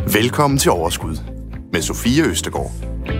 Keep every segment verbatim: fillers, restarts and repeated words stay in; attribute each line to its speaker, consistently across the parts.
Speaker 1: Velkommen til Overskud med Sofie Østergaard.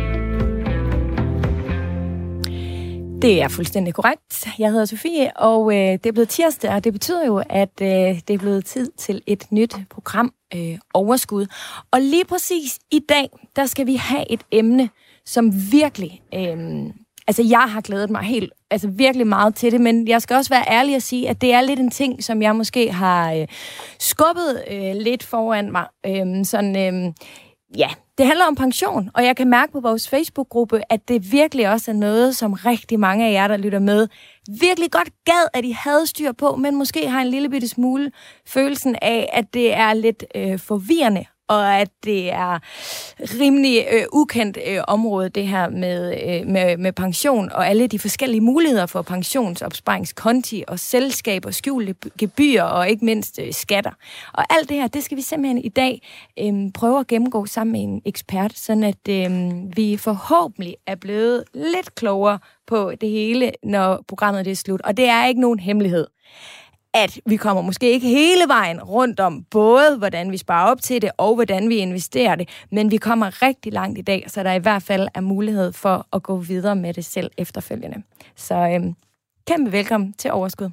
Speaker 2: Det er fuldstændig korrekt. Jeg hedder Sofie, og øh, det er blevet tirsdag, og det betyder jo, at øh, det er blevet tid til et nyt program, øh, Overskud. Og lige præcis i dag, der skal vi have et emne, som virkelig... Øh, altså, jeg har glædet mig helt, altså virkelig meget til det, men jeg skal også være ærlig at sige, at det er lidt en ting, som jeg måske har øh, skubbet øh, lidt foran mig. Øh, sådan... Øh, Ja, det handler om pension, og jeg kan mærke på vores Facebook-gruppe, at det virkelig også er noget, som rigtig mange af jer, der lytter med, virkelig godt gad, at I havde styr på, men måske har en lille bitte smule følelsen af, at det er lidt øh, forvirrende, og at det er rimelig øh, ukendt øh, område, det her med, øh, med, med pension, og alle de forskellige muligheder for pensionsopsparingskonti og selskaber, skjulte gebyrer og ikke mindst øh, skatter. Og alt det her, det skal vi simpelthen i dag øh, prøve at gennemgå sammen med en ekspert, sådan at øh, vi forhåbentlig er blevet lidt klogere på det hele, når programmet det er slut. Og det er ikke nogen hemmelighed, at vi kommer måske ikke hele vejen rundt om både, hvordan vi sparer op til det, og hvordan vi investerer det, men vi kommer rigtig langt i dag, så der i hvert fald er mulighed for at gå videre med det selv efterfølgende. Så øhm, kæmpe velkommen til Overskud.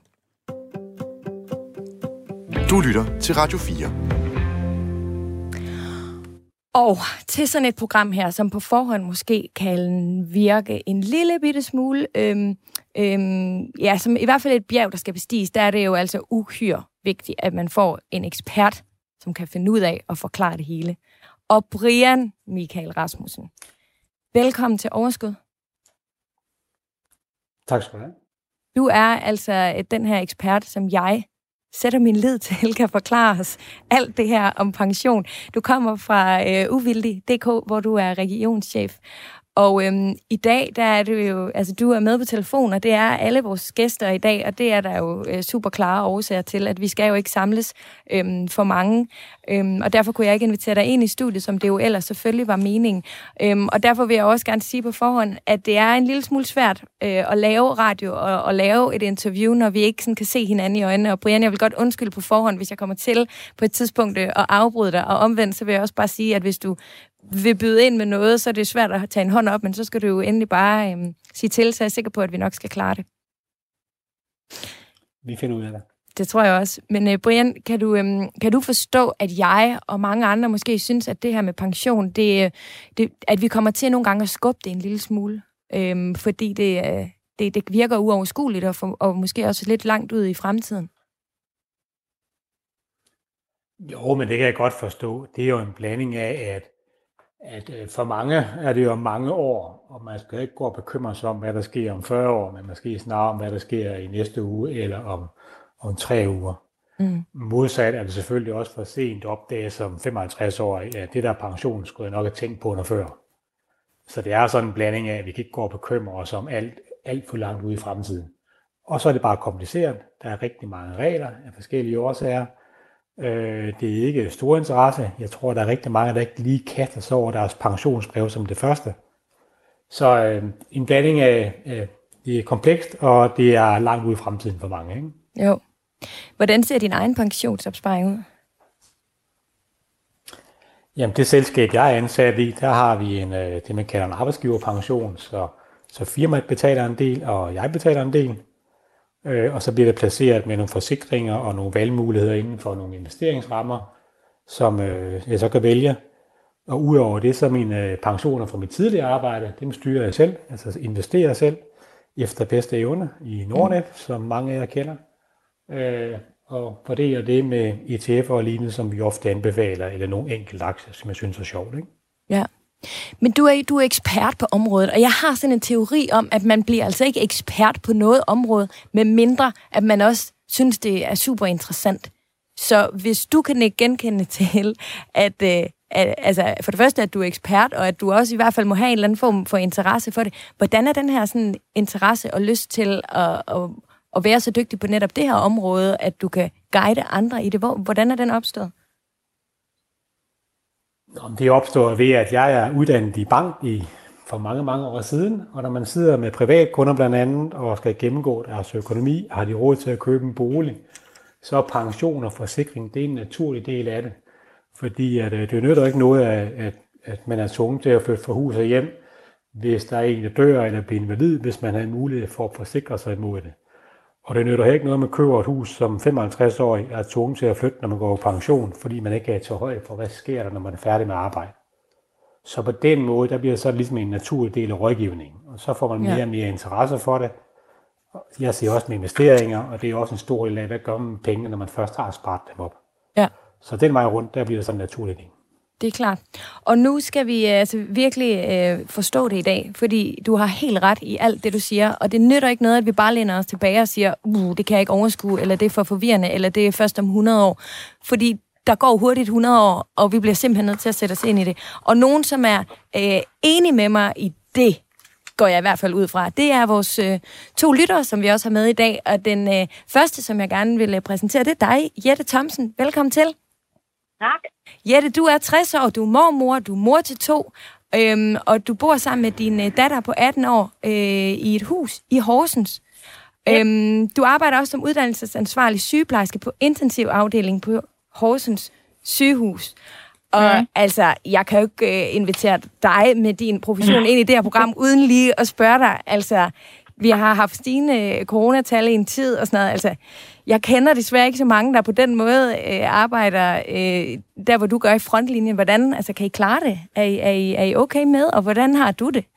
Speaker 1: Du lytter til Radio fire.
Speaker 2: Og til sådan et program her, som på forhånd måske kan virke en lille bitte smule, øhm, øhm, ja, som i hvert fald et bjerg, der skal bestiges, der er det jo altså uhyre vigtigt, at man får en ekspert, som kan finde ud af at forklare det hele. Og Brian Michael Rasmussen, velkommen til Overskud.
Speaker 3: Tak skal du have. Du
Speaker 2: er altså den her ekspert, som jeg sætter min lid til, kan forklare os alt det her om pension. Du kommer fra øh, uvildig punktum d k, hvor du er regionschef. Og øhm, i dag, der er du jo, altså du er med på telefon, og det er alle vores gæster i dag, og det er der jo øh, super klare årsager til, at vi skal jo ikke samles øhm, for mange, øhm, og derfor kunne jeg ikke invitere dig ind i studiet, som det jo ellers selvfølgelig var meningen. Øhm, og derfor vil jeg også gerne sige på forhånd, at det er en lille smule svært øh, at lave radio og, og lave et interview, når vi ikke sådan kan se hinanden i øjnene. Og Brian, jeg vil godt undskylde på forhånd, hvis jeg kommer til på et tidspunkt øh, at afbryde dig, og omvendt, så vil jeg også bare sige, at hvis du vil byde ind med noget, så er det svært at tage en hånd op, men så skal du jo endelig bare øhm, sige til, så jeg er sikker på, at vi nok skal klare det.
Speaker 3: Vi finder ud af det.
Speaker 2: Det tror jeg også. Men øh, Brian, kan du, øhm, kan du forstå, at jeg og mange andre måske synes, at det her med pension, det, det, at vi kommer til nogle gange at skubbe det en lille smule, øhm, fordi det, øh, det, det virker uoverskueligt og, for, og måske også lidt langt ud i fremtiden?
Speaker 3: Jo, men det kan jeg godt forstå. Det er jo en blanding af, at at for mange er det jo mange år, og man skal ikke gå og bekymre sig om, hvad der sker om fyrre år, men måske snarere om, hvad der sker i næste uge eller om, om tre uger. Mm. Modsat er det selvfølgelig også for sent opdaget som femoghalvtreds-årig, at det der pension skulle jeg nok have tænkt på noget før. Så det er sådan en blanding af, at vi kan ikke gå og bekymre os om alt, alt for langt ude i fremtiden. Og så er det bare kompliceret. Der er rigtig mange regler af forskellige årsager. Det er ikke stor interesse. Jeg tror, der er rigtig mange, der ikke lige kaster sig over deres pensionsbrev som det første. Så øh, en blanding af, øh, det er komplekst, og det er langt ude i fremtiden for mange, ikke?
Speaker 2: Jo. Hvordan ser din egen pensionsopsparing ud?
Speaker 3: Jamen, det selskab, jeg er ansat i, der har vi en, øh, det, man kalder en arbejdsgiverpension, så, så firmaet betaler en del, og jeg betaler en del. Og så bliver det placeret med nogle forsikringer og nogle valgmuligheder inden for nogle investeringsrammer, som øh, jeg så kan vælge. Og udover det, så mine pensioner fra mit tidligere arbejde, dem styrer jeg selv, altså investerer selv efter bedste evne i Nordnet, mm. som mange af jer kender. Øh, og fordeler det med E T F'er og lignende, som vi ofte anbefaler, eller nogle enkelte aktier, som jeg synes er sjovt, ikke?
Speaker 2: Ja. Men du er, du er ekspert på området, og jeg har sådan en teori om, at man bliver altså ikke ekspert på noget område, med mindre at man også synes, det er super interessant. Så hvis du kan ikke genkende til, at, at, at altså for det første, at du er ekspert, og at du også i hvert fald må have en eller anden form for interesse for det, hvordan er den her sådan interesse og lyst til at, at, at være så dygtig på netop det her område, at du kan guide andre i det? Hvordan er den opstået?
Speaker 3: Det opstår ved, at jeg er uddannet i bank i for mange, mange år siden, og når man sidder med privatkunder blandt andet og skal gennemgå deres økonomi, har de råd til at købe en bolig, så er pension og forsikring, det er en naturlig del af det. Fordi at, det nytter ikke noget, at, at, at man er tvunget til at flytte fra hus og hjem, hvis der er en, der dør eller bliver invalid, hvis man har mulighed for at forsikre sig imod det. Og det nytter ikke noget, at man køber et hus som femoghalvtreds-årig er tvunget til at flytte, når man går på pension, fordi man ikke kan tage højde for, hvad sker der, når man er færdig med arbejde. Så på den måde, der bliver det så ligesom en naturlig del af rådgivningen. Og så får man mere og mere interesse for det. Jeg ser også med investeringer, og det er også en stor del af, hvad gør man med pengene, når man først har sparet dem op.
Speaker 2: Ja.
Speaker 3: Så den vej rundt, der bliver det sådan en naturlig ting.
Speaker 2: Det er klart. Og nu skal vi altså virkelig øh, forstå det i dag, fordi du har helt ret i alt det, du siger, og det nytter ikke noget, at vi bare læner os tilbage og siger, uh, det kan jeg ikke overskue, eller det er for forvirrende, eller det er først om hundrede år. Fordi der går hurtigt hundrede år, og vi bliver simpelthen nødt til at sætte os ind i det. Og nogen, som er øh, enige med mig i det, går jeg i hvert fald ud fra. Det er vores øh, to lyttere, som vi også har med i dag, og den øh, første, som jeg gerne vil præsentere, det er dig, Jette Thomsen. Velkommen til.
Speaker 4: Tak.
Speaker 2: Jette, du er tres år, du er mormor, du er mor til to, øhm, og du bor sammen med din øh, datter på atten år øh, i et hus i Horsens. Ja. Øhm, du arbejder også som uddannelsesansvarlig sygeplejerske på intensivafdelingen på Horsens sygehus. Og mm. altså, jeg kan jo ikke øh, invitere dig med din profession mm. ind i det her program, uden lige at spørge dig. Altså, vi har haft stigende coronatal i en tid og sådan noget. Altså, jeg kender desværre ikke så mange, der på den måde øh, arbejder øh, der, hvor du gør i frontlinjen. Hvordan, altså, kan I klare det? Er I, er I, er I okay med, og hvordan har du det?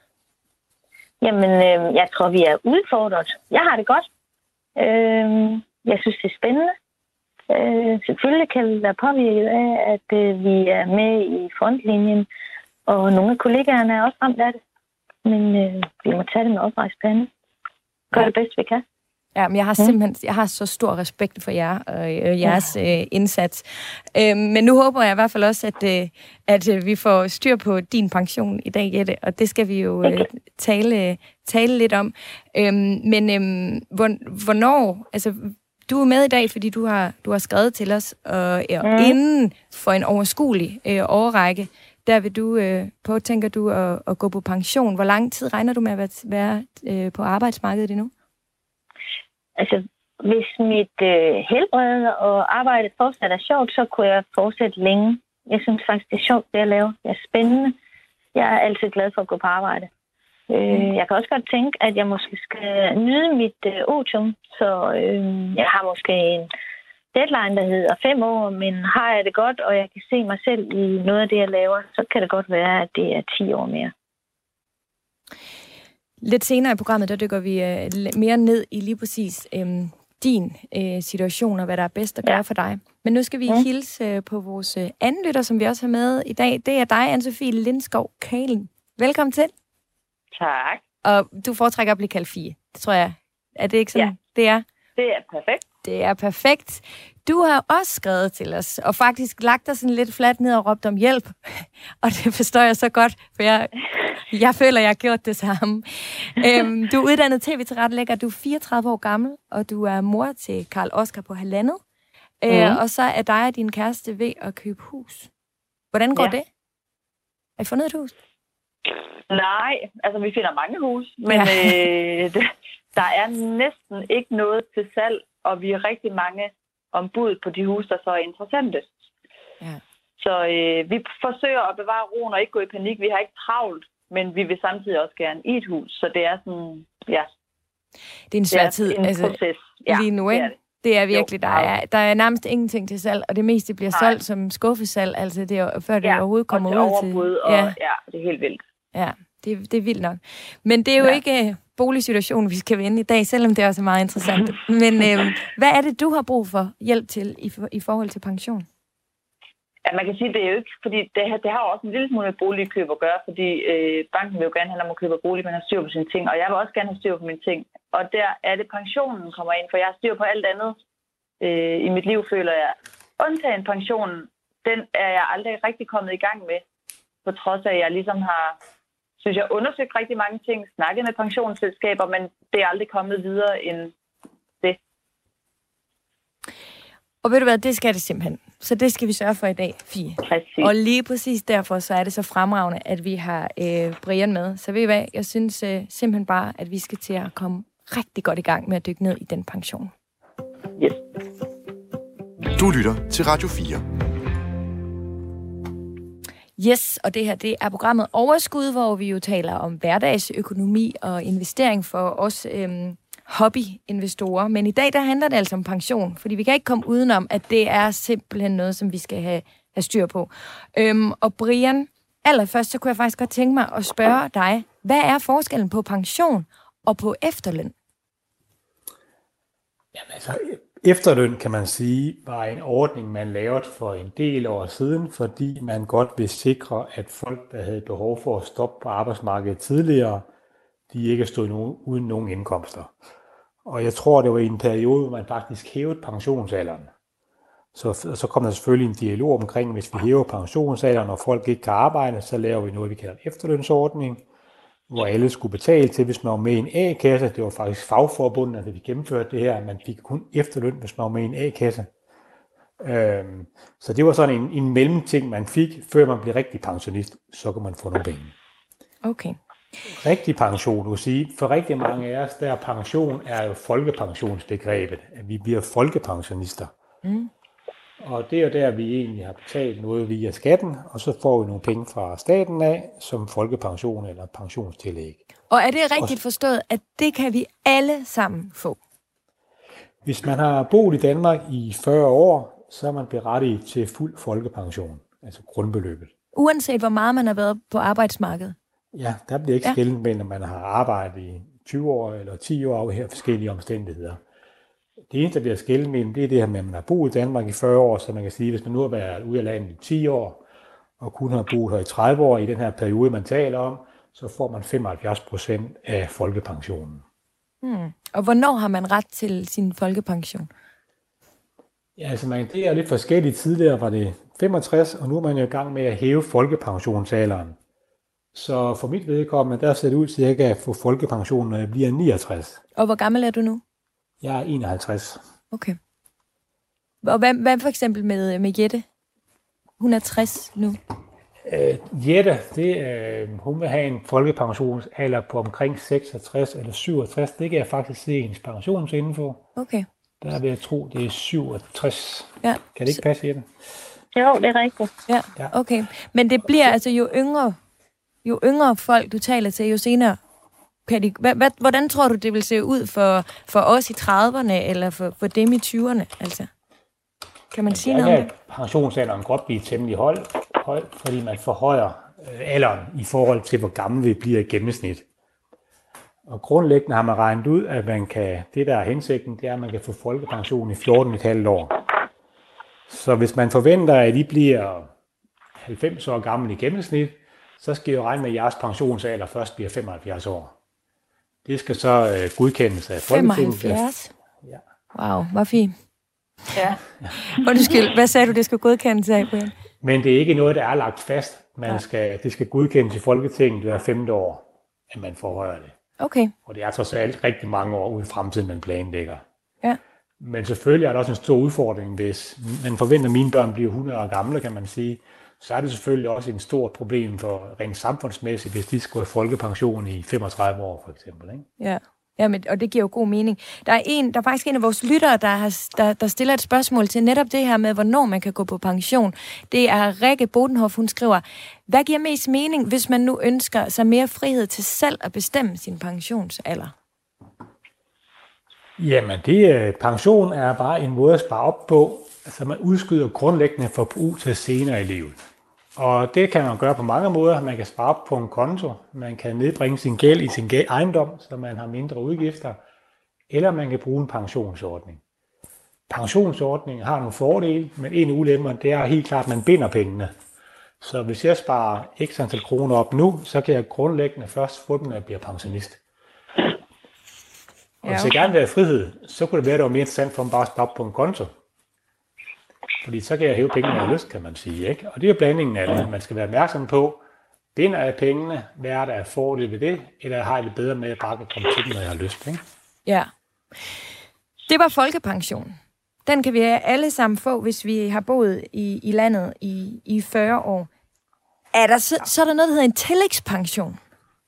Speaker 4: Jamen, øh, jeg tror, vi er udfordret. Jeg har det godt. Øh, jeg synes, det er spændende. Øh, selvfølgelig kan vi være påvirket af, at øh, vi er med i frontlinjen, og nogle af kollegaerne er også ramt af det. Men øh, vi må tage det med oprejst pande. Gør ja. det bedst, vi kan.
Speaker 2: Ja, men jeg har simpelthen jeg har så stor respekt for jer og øh, jeres ja. øh, indsats. Øh, men nu håber jeg i hvert fald også, at, øh, at øh, vi får styr på din pension i dag, Jette, og det skal vi jo øh, tale, tale lidt om. Øh, men øh, hvornår... Altså, du er med i dag, fordi du har, du har skrevet til os, og ja, mm. inden for en overskuelig øh, årrække, der vil du øh, på, tænker du, at, at gå på pension. Hvor lang tid regner du med at være, være øh, på arbejdsmarkedet endnu?
Speaker 4: Altså, hvis mit øh, helbred og arbejde fortsat er sjovt, så kunne jeg fortsætte længe. Jeg synes faktisk, det er sjovt, det jeg laver. Det er spændende. Jeg er altid glad for at gå på arbejde. Øh, jeg kan også godt tænke, at jeg måske skal nyde mit øh, otium, så øh, jeg har måske en deadline, der hedder fem år, men har jeg det godt, og jeg kan se mig selv i noget af det, jeg laver, så kan det godt være, at det er ti år mere.
Speaker 2: Lidt senere i programmet, der dykker vi øh, mere ned i lige præcis øh, din øh, situation, og hvad der er bedst at gøre ja. for dig. Men nu skal vi mm. hilse øh, på vores øh, anden lytter, som vi også har med i dag. Det er dig, Anne-Sophie Lindskov Kalen. Velkommen til.
Speaker 4: Tak.
Speaker 2: Og du foretrækker at blive kaldt Fie. Det tror jeg. Er det ikke sådan,
Speaker 4: ja.
Speaker 2: det er?
Speaker 4: Det er perfekt.
Speaker 2: Det er perfekt. Du har også skrevet til os, og faktisk lagt dig sådan lidt fladt ned og råbt om hjælp. Og det forstår jeg så godt, for jeg, jeg føler, jeg har gjort det samme. øhm, du er uddannet tv-tilrettelægger, du er fireogtredive år gammel, og du er mor til Karl Oskar på halvandet. Mm. Øh, og så er dig og din kæreste ved at købe hus. Hvordan går ja. det? Har I fundet et hus?
Speaker 5: Nej, altså vi finder mange hus, men ja. øh, det, der er næsten ikke noget til salg, og vi er rigtig mange ombud på de huse, der så er interessante.
Speaker 2: Ja.
Speaker 5: Så øh, vi forsøger at bevare roen og ikke gå i panik. Vi har ikke travlt, men vi vil samtidig også gerne i et hus, så det er sådan, ja.
Speaker 2: Det er en svær tid.
Speaker 5: En
Speaker 2: altså,
Speaker 5: proces. Ja,
Speaker 2: lige nu, ikke?
Speaker 5: det er, det.
Speaker 2: Det er virkelig, der er, der er nærmest ingenting til salg, og det meste bliver Nej. solgt som skuffesalg, altså det er, før det ja, overhovedet kommer ud til...
Speaker 5: overbud, og ja. ja, det er helt vildt.
Speaker 2: Ja, det, det er vildt nok. Men det er jo ja. ikke uh, boligsituationen, vi skal vende i dag, selvom det er også meget interessant. Men uh, hvad er det, du har brug for hjælp til i, i forhold til pension?
Speaker 5: Ja, man kan sige, det er jo ikke, fordi det, det har jo også en lille smule med boligkøb at gøre, fordi øh, banken vil jo gerne have, når man køber bolig, man har styr på sine ting, og jeg vil også gerne have styr på mine ting. Og der er det pensionen kommer ind, for jeg har styr på alt andet øh, i mit liv, føler jeg. Undtagen pensionen, den er jeg aldrig rigtig kommet i gang med, på trods af, at jeg ligesom har, synes jeg, undersøgt rigtig mange ting, snakket med pensionsselskaber, men det er aldrig kommet videre end det.
Speaker 2: Og ved du hvad, det skal det simpelthen. Så det skal vi sørge for i dag, Fie.
Speaker 5: Præcis.
Speaker 2: Og lige præcis derfor, så er det så fremragende, at vi har øh, Brian med. Så ved I hvad, jeg synes øh, simpelthen bare, at vi skal til at komme rigtig godt i gang med at dykke ned i den pension.
Speaker 5: Yes.
Speaker 1: Du lytter til Radio fire.
Speaker 2: Yes, og det her, det er programmet Overskud, hvor vi jo taler om hverdagsøkonomi og investering for os øhm, hobbyinvestorer. Men i dag, der handler det altså om pension, fordi vi kan ikke komme udenom, at det er simpelthen noget, som vi skal have, have styr på. Øhm, og Brian, allerførst, så kunne jeg faktisk godt tænke mig at spørge dig, hvad er forskellen på pension og på efterløn?
Speaker 3: Jamen altså, efterløn, kan man sige, var en ordning, man lavede for en del år siden, fordi man godt vil sikre, at folk, der havde behov for at stoppe på arbejdsmarkedet tidligere, de ikke stod nogen, uden nogen indkomster. Og jeg tror, det var i en periode, hvor man faktisk hævede pensionsalderen. Så, så kom der selvfølgelig en dialog omkring, hvis vi hæver pensionsalderen, og folk ikke kan arbejde, så laver vi noget, vi kalder en efterlønsordning, hvor alle skulle betale til, hvis man var med i en A-kasse. Det var faktisk fagforbundet, da vi gennemførte det her. Man fik kun efterløn, hvis man var med i en A-kasse. Øhm, så det var sådan en, en mellemting, man fik, før man blev rigtig pensionist. Så kunne man få nogle penge.
Speaker 2: Okay.
Speaker 3: Rigtig pension, du vil sige, for rigtig mange af os, der pension er jo folkepensionsbegrebet. At vi bliver folkepensionister.
Speaker 2: Mm.
Speaker 3: Og det er jo der, vi egentlig har betalt noget via skatten, og så får vi nogle penge fra staten af, som folkepension eller pensionstillæg.
Speaker 2: Og er det rigtigt forstået, at det kan vi alle sammen få?
Speaker 3: Hvis man har boet i Danmark i fyrre år, så er man berettiget til fuld folkepension, altså grundbeløbet.
Speaker 2: Uanset hvor meget man har været på arbejdsmarkedet?
Speaker 3: Ja, der bliver ikke
Speaker 2: ja.
Speaker 3: skelnet mellem, om man har arbejdet i tyve år eller ti år af forskellige omstændigheder. Det eneste, der bliver skelnet mellem, det er det her med, at man har boet i Danmark i fyrre år, så man kan sige, hvis man nu har været ude af landet i ti år, og kun har boet her i tredive år i den her periode, man taler om, så får man femoghalvfjerds procent af folkepensionen.
Speaker 2: Hmm. Og hvornår har man ret til sin folkepension?
Speaker 3: Ja, altså man, det er lidt forskelligt. Tidligere var det femogtres, og nu er man jo i gang med at hæve folkepensionsalderen. Så for mit vedkommende, der ser det ud til, at jeg kan få folkepensionen, når jeg bliver niogtres. Og
Speaker 2: hvor gammel er du nu?
Speaker 3: Jeg er enoghalvtreds.
Speaker 2: Okay. Og hvad, hvad for eksempel med, med Jette? Hun er tres nu.
Speaker 3: Uh, Jette, det, uh, hun vil have en folkepensionsalder på omkring seksogtres eller syvogtres. Det kan jeg faktisk se i hendes pensionsinfo.
Speaker 2: Okay.
Speaker 3: Der vil jeg tro, det er syvogtres.
Speaker 2: Ja.
Speaker 3: Kan det ikke passe, Jette?
Speaker 4: Jo, det er rigtigt.
Speaker 2: Ja, okay. Men det bliver altså jo yngre, jo yngre folk, du taler til, jo senere. Kan de, hvad, hvad, hvordan tror du, det vil se ud for, for os i trediverne, eller for, for dem i tyverne? Altså, kan man sige noget om det?
Speaker 3: Pensionsalderen godt blive temmelig høj, høj, fordi man forhøjer øh, alderen i forhold til, hvor gammel vi bliver i gennemsnit. Og grundlæggende har man regnet ud, at man kan, det der er hensigten, det er, at man kan få folkepension i fjorten komma fem år. Så hvis man forventer, at I bliver halvfems år gammel i gennemsnit, så skal I jo regne med, at jeres pensionsalder først bliver femoghalvfjerds år. Det skal så øh, godkendes af Folketinget.
Speaker 2: femoghalvfjerds?
Speaker 3: Ja.
Speaker 2: Wow, hvor fint.
Speaker 5: Ja.
Speaker 2: Undskyld, hvad sagde du, det skal godkendes af, Brian?
Speaker 3: Men det er ikke noget, der er lagt fast. Man skal, det skal godkendes i Folketinget hver femte år, at man forhøjer det.
Speaker 2: Okay.
Speaker 3: Og det er trods alt rigtig mange år ude i fremtiden, man planlægger.
Speaker 2: Ja.
Speaker 3: Men selvfølgelig er der også en stor udfordring, hvis man forventer, at mine børn bliver hundrede år gamle, kan man sige. Så er det selvfølgelig også et stort problem for rent samfundsmæssigt, hvis de skal have folkepension i femogtredive år, for eksempel. Ikke?
Speaker 2: Ja. Ja, men, og det giver jo god mening. Der er, en, der er faktisk en af vores lyttere, der, har, der, der stiller et spørgsmål til netop det her med, hvornår man kan gå på pension. Det er Rikke Bodenhoff, hun skriver, hvad giver mest mening, hvis man nu ønsker sig mere frihed til selv at bestemme sin pensionsalder?
Speaker 3: Jamen, det, pension er bare en måde at spare op på. Altså, man udskyder grundlæggende forbrug til senere i livet. Og det kan man gøre på mange måder. Man kan spare op på en konto, man kan nedbringe sin gæld i sin ejendom, så man har mindre udgifter, eller man kan bruge en pensionsordning. Pensionsordningen har nogle fordele, men en af ulemperne, det er helt klart, at man binder pengene. Så hvis jeg sparer x antal kroner op nu, så kan jeg grundlæggende først få dem, når jeg bliver pensionist. Og hvis jeg gerne vil have frihed, så kunne det være, at det var mere interessant for mig bare at spare op på en konto. Fordi så kan jeg hæve pengene, når jeg har lyst, kan man sige. Ikke? Og det er blandingen af det. Man skal være opmærksom på, binder jeg pengene, hvad er der af fordel ved det, eller har jeg det bedre med at bare komme til dem, når jeg har lyst. Ikke?
Speaker 2: Ja. Det var folkepension. Den kan vi alle sammen få, hvis vi har boet i, i landet i, i fyrre år. Er der så, så er der noget, der hedder en tillægspension?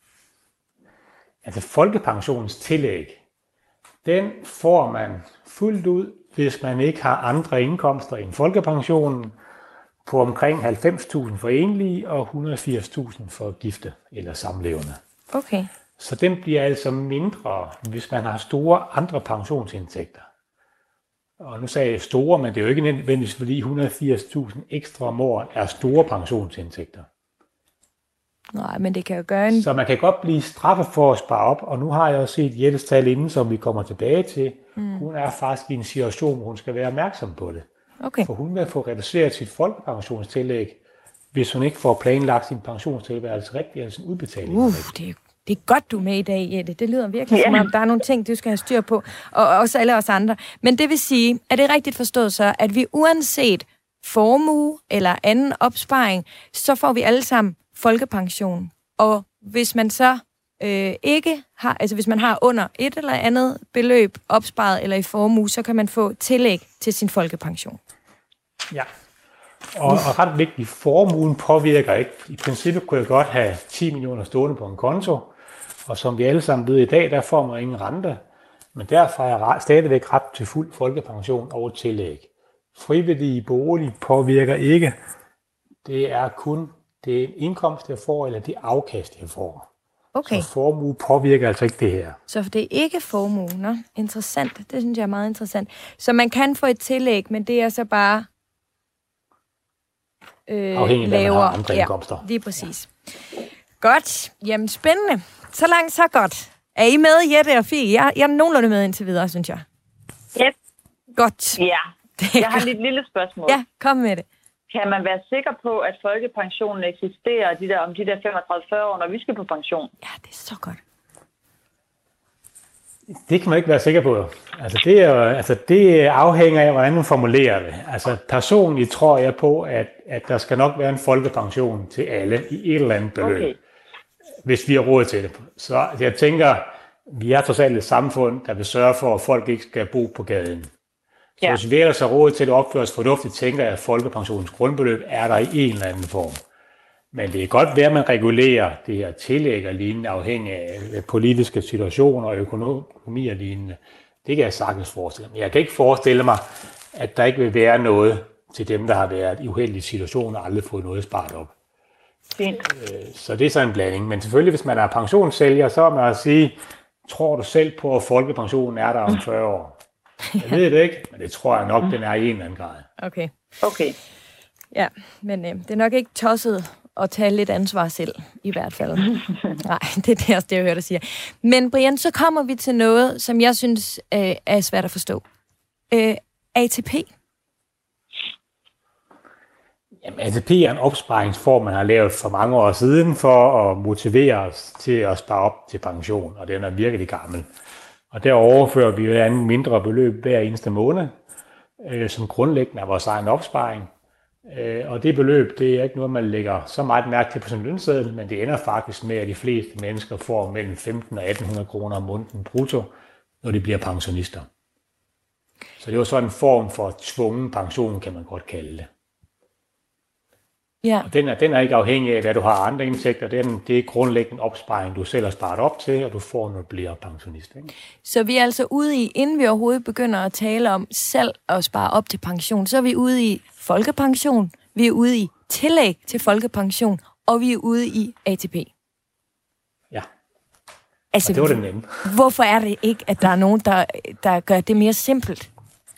Speaker 3: Altså folkepensionens tillæg, den får man fuldt ud, hvis man ikke har andre indkomster end folkepensionen. på omkring halvfems tusind for enlige og et hundrede og firs tusind for gifte eller samlevende.
Speaker 2: Okay.
Speaker 3: Så den bliver altså mindre, hvis man har store andre pensionsindtægter. Og nu sagde jeg store, men det er jo ikke nødvendigvis, fordi et hundrede og firs tusind ekstra om året er store pensionsindtægter.
Speaker 2: Nej, men det kan jo gøre en...
Speaker 3: Så man kan godt blive straffet for at spare op, og nu har jeg jo set Jettes tal inden, som vi kommer tilbage til. Mm. Hun er faktisk i en situation, hvor hun skal være opmærksom på det.
Speaker 2: Okay.
Speaker 3: For hun vil få reduceret sit folkepensionstillæg, hvis hun ikke får planlagt sin pensionstilværelse rigtigt, altså sin udbetaling.
Speaker 2: Uh, det er, det er godt, du er med i dag, Jette. Det lyder virkelig, som om der er nogle ting, du skal have styr på, og også alle os andre. Men det vil sige, er det rigtigt forstået så, at vi uanset formue eller anden opsparing, så får vi alle sammen folkepension. Og hvis man så øh, ikke har, altså hvis man har under et eller andet beløb opsparet eller i formue, så kan man få tillæg til sin folkepension.
Speaker 3: Ja, og, og ret vigtigt, formuen påvirker ikke. I princippet kunne jeg godt have ti millioner stående på en konto, og som vi alle sammen ved i dag, der får man ingen rente, men derfor er jeg stadigvæk ret til fuld folkepension og tillæg. Frivillige bolig påvirker ikke. Det er kun det er indkomst, jeg får, eller det afkast, jeg får.
Speaker 2: Okay.
Speaker 3: Så formue påvirker altså ikke det her.
Speaker 2: Så det er ikke formue, nå? Interessant. Det synes jeg er meget interessant. Så man kan få et tillæg, men det er så bare øh,
Speaker 3: afhængigt af,
Speaker 2: lavere.
Speaker 3: Man har andre indkomster.
Speaker 2: Ja, lige præcis. Ja. Godt. Jamen, spændende. Så langt, så godt. Er I med, Jette og Fie? Jeg, jeg er nogenlunde med indtil videre, synes jeg.
Speaker 5: Yep.
Speaker 2: Godt.
Speaker 5: Ja. Jeg har lidt lille spørgsmål.
Speaker 2: Ja, kom med det.
Speaker 5: Kan man være sikker på, at folkepensionen eksisterer de der, om de der femogtredive til fyrre år, når vi skal på pension?
Speaker 2: Ja, det er så godt.
Speaker 3: Det kan man ikke være sikker på. Altså det, er, altså det afhænger af, hvordan man formulerer det. Altså personligt tror jeg på, at, at der skal nok være en folkepension til alle i et eller andet beløb. Okay. Hvis vi har råd til det. Så jeg tænker, vi er trods alt et samfund, der vil sørge for, at folk ikke skal bo på gaden. Så ja. Hvis vi ellers har råd til at opføre os fornuftigt, tænker jeg, at folkepensionens grundbeløb er der i en eller anden form. Men det er godt være, at man regulerer det her tillæg og lignende, afhængig af politiske situationer og økonomi og lignende. Det kan jeg sagtens forestille mig. Jeg kan ikke forestille mig, at der ikke vil være noget til dem, der har været i uheldige situationer og aldrig fået noget sparet op.
Speaker 5: Fint.
Speaker 3: Så det er så en blanding. Men selvfølgelig, hvis man er pensionssælger, så må man sige, tror du selv på, at folkepensionen er der om fyrre år? Jeg ved det ikke, men det tror jeg nok, den er i en eller anden grad.
Speaker 2: Okay.
Speaker 5: Okay.
Speaker 2: Ja, men øh, det er nok ikke tosset at tage lidt ansvar selv, i hvert fald. Nej, det er det også det, jeg hørte dig sige. Men Brian, så kommer vi til noget, som jeg synes øh, er svært at forstå. Øh, A T P?
Speaker 3: Jamen, A T P er en opsparingsform, man har lavet for mange år siden, for at motivere os til at spare op til pension, og den er virkelig gammel. Og der overfører vi jo en mindre beløb hver eneste måned, øh, som grundlæggende er vores egen opsparing. Øh, og det beløb, det er ikke noget, man lægger så meget mærke til på sin lønseddel, men det ender faktisk med, at de fleste mennesker får mellem femten og atten hundrede kroner om måneden brutto, når de bliver pensionister. Så det er jo sådan en form for tvungen pension, kan man godt kalde det.
Speaker 2: Ja.
Speaker 3: Og den er, den er ikke afhængig af, hvad du har andre indtægter. Den, det er grundlæggende opsparing, du selv har sparet op til, og du får, når du bliver pensionist. Ikke?
Speaker 2: Så vi er altså ude i, inden vi overhovedet begynder at tale om selv at spare op til pension, så er vi ude i folkepension, vi er ude i tillæg til folkepension, og vi er ude i A T P.
Speaker 3: Ja,
Speaker 2: altså,
Speaker 3: og det var det nemme.
Speaker 2: Hvorfor er det ikke, at der er nogen, der, der gør det mere simpelt?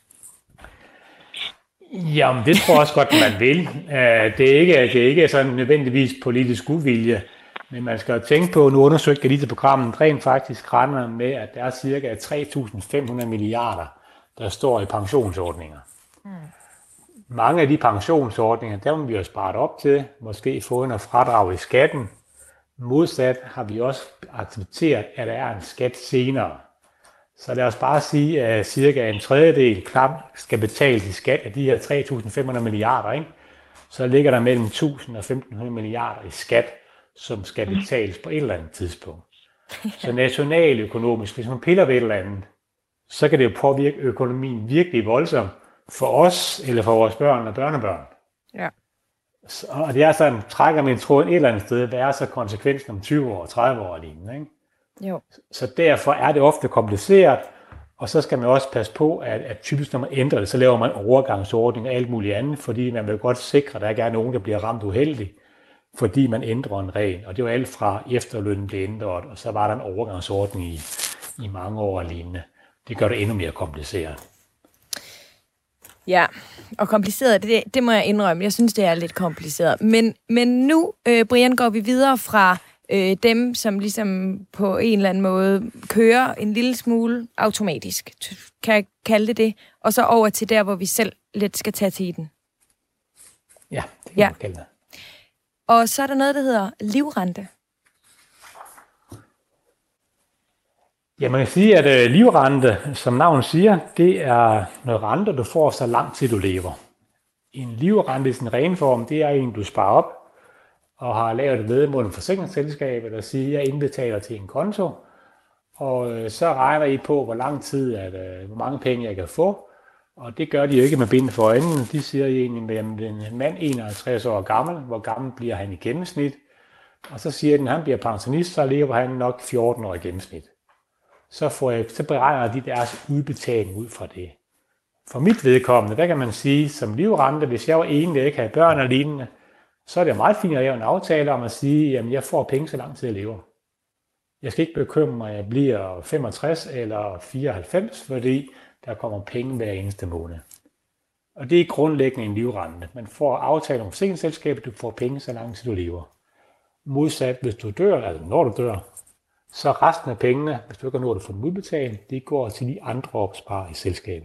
Speaker 3: Jamen, det tror jeg også godt, man vil. Det er ikke, det er ikke sådan nødvendigvis politisk uvilje, men man skal jo tænke på, nu undersøgte jeg lige til programmet, rent faktisk regner med, at der er cirka tre tusind fem hundrede milliarder, der står i pensionsordninger. Mm. Mange af de pensionsordninger, der må vi jo sparet op til, måske få noget fradrag i skatten. Modsat har vi også accepteret, at der er en skat senere. Så lad os bare sige, at cirka en tredjedel knap skal betales i skat af de her tre tusind fem hundrede milliarder. Ikke? Så ligger der mellem tusind og femten hundrede milliarder i skat, som skal betales på et eller andet tidspunkt. Så nationaløkonomisk, hvis man piller ved et eller andet, så kan det jo påvirke økonomien virkelig voldsomt for os eller for vores børn og børnebørn.
Speaker 2: Ja.
Speaker 3: Så, og det er sådan, trækker min tråd et eller andet sted, hvad er så konsekvensen om tyve år, tredive år og lignende, ikke?
Speaker 2: Jo.
Speaker 3: Så derfor er det ofte kompliceret, Og så skal man også passe på, at, at typisk når man ændrer det, så laver man overgangsordning og alt muligt andet, fordi man vil godt sikre, at der ikke er nogen, der bliver ramt uheldigt, fordi man ændrer en regel. Og det var alt fra efterlønnen blev ændret, og så var der en overgangsordning i, i mange år alene. Det gør det endnu mere kompliceret.
Speaker 2: Ja, og kompliceret, det, det må jeg indrømme. Jeg synes, det er lidt kompliceret. Men, men nu, øh, Brian, går vi videre fra øh, dem, som ligesom på en eller anden måde kører en lille smule automatisk, kan jeg kalde det det, og så over til der, hvor vi selv lidt skal tage tiden.
Speaker 3: Ja, det kan
Speaker 2: ja.
Speaker 3: man kalde det.
Speaker 2: Og så er der noget, der hedder livrente.
Speaker 3: Ja, man kan sige, at øh, livrente, som navnet siger, det er noget rente, du får så lang tid du lever. En livrente i sin rene form, det er en, du sparer op og har lavet et væddemål med forsikringsselskabet, der siger, at jeg indbetaler til en konto, og øh, så regner I på, hvor lang tid, at, øh, hvor mange penge jeg kan få, og det gør de jo ikke med bind for øjnene. De siger egentlig, at en mand enoghalvtreds år gammel, hvor gammel bliver han i gennemsnit, og så siger den, at han bliver pensionist, så lever han nok fjorten år i gennemsnit. Så, får jeg, så beregner de deres udbetaling ud fra det. For mit vedkommende, der kan man sige, som livrente, hvis jeg var en, der ikke havde børn og lignende, så er det meget fint at lave en aftale om at sige, at jeg får penge så lang tid jeg lever. Jeg skal ikke bekymre mig, at jeg bliver femogtres eller fireoghalvfems, fordi der kommer penge hver eneste måned. Og det er grundlæggende en livrente. Man får aftale om forsikringsselskabet, du får penge så lang tid du lever. Modsat, hvis du dør, altså når du dør, så resten af pengene, hvis du ikke har nået at få dem udbetalt, det går til de andre opsparere i selskabet.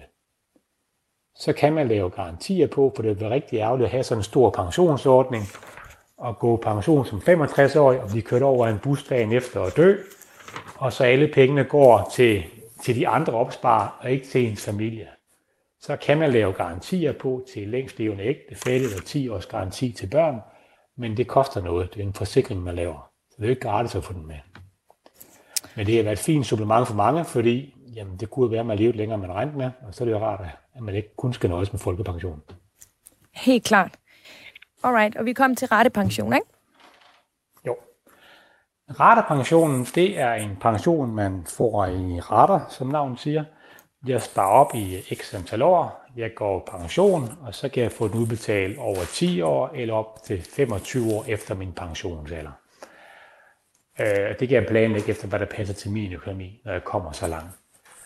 Speaker 3: Så kan man lave garantier på, for det er rigtig ærgerligt at have sådan en stor pensionsordning, og gå pension som femogtres-årig og blive kørt over en bus dagen efter at dø, og så alle pengene går til, til de andre opsparere og ikke til ens familie. Så kan man lave garantier på til længstlevende ægtefælle eller ti års garanti til børn, men det koster noget. Det er en forsikring, man laver. Så det er jo ikke gratis at få den med. Men det har været et fint supplement for mange, fordi jamen, det kunne være, at man levede længere, end man regnede med, og så er det jo rart, at man ikke kun skal nøjes med folkepension.
Speaker 2: Helt klart. Alright, og vi kommer til ratepension, ikke?
Speaker 3: Jo. Ratepensionen, det er en pension, man får i rater, som navnet siger. Jeg sparer op i x antal år, jeg går pension, og så kan jeg få den udbetalt over ti år, eller op til femogtyve år efter min pensionsalder. Det kan jeg planlægge efter, hvad der passer til min økonomi, når jeg kommer så langt.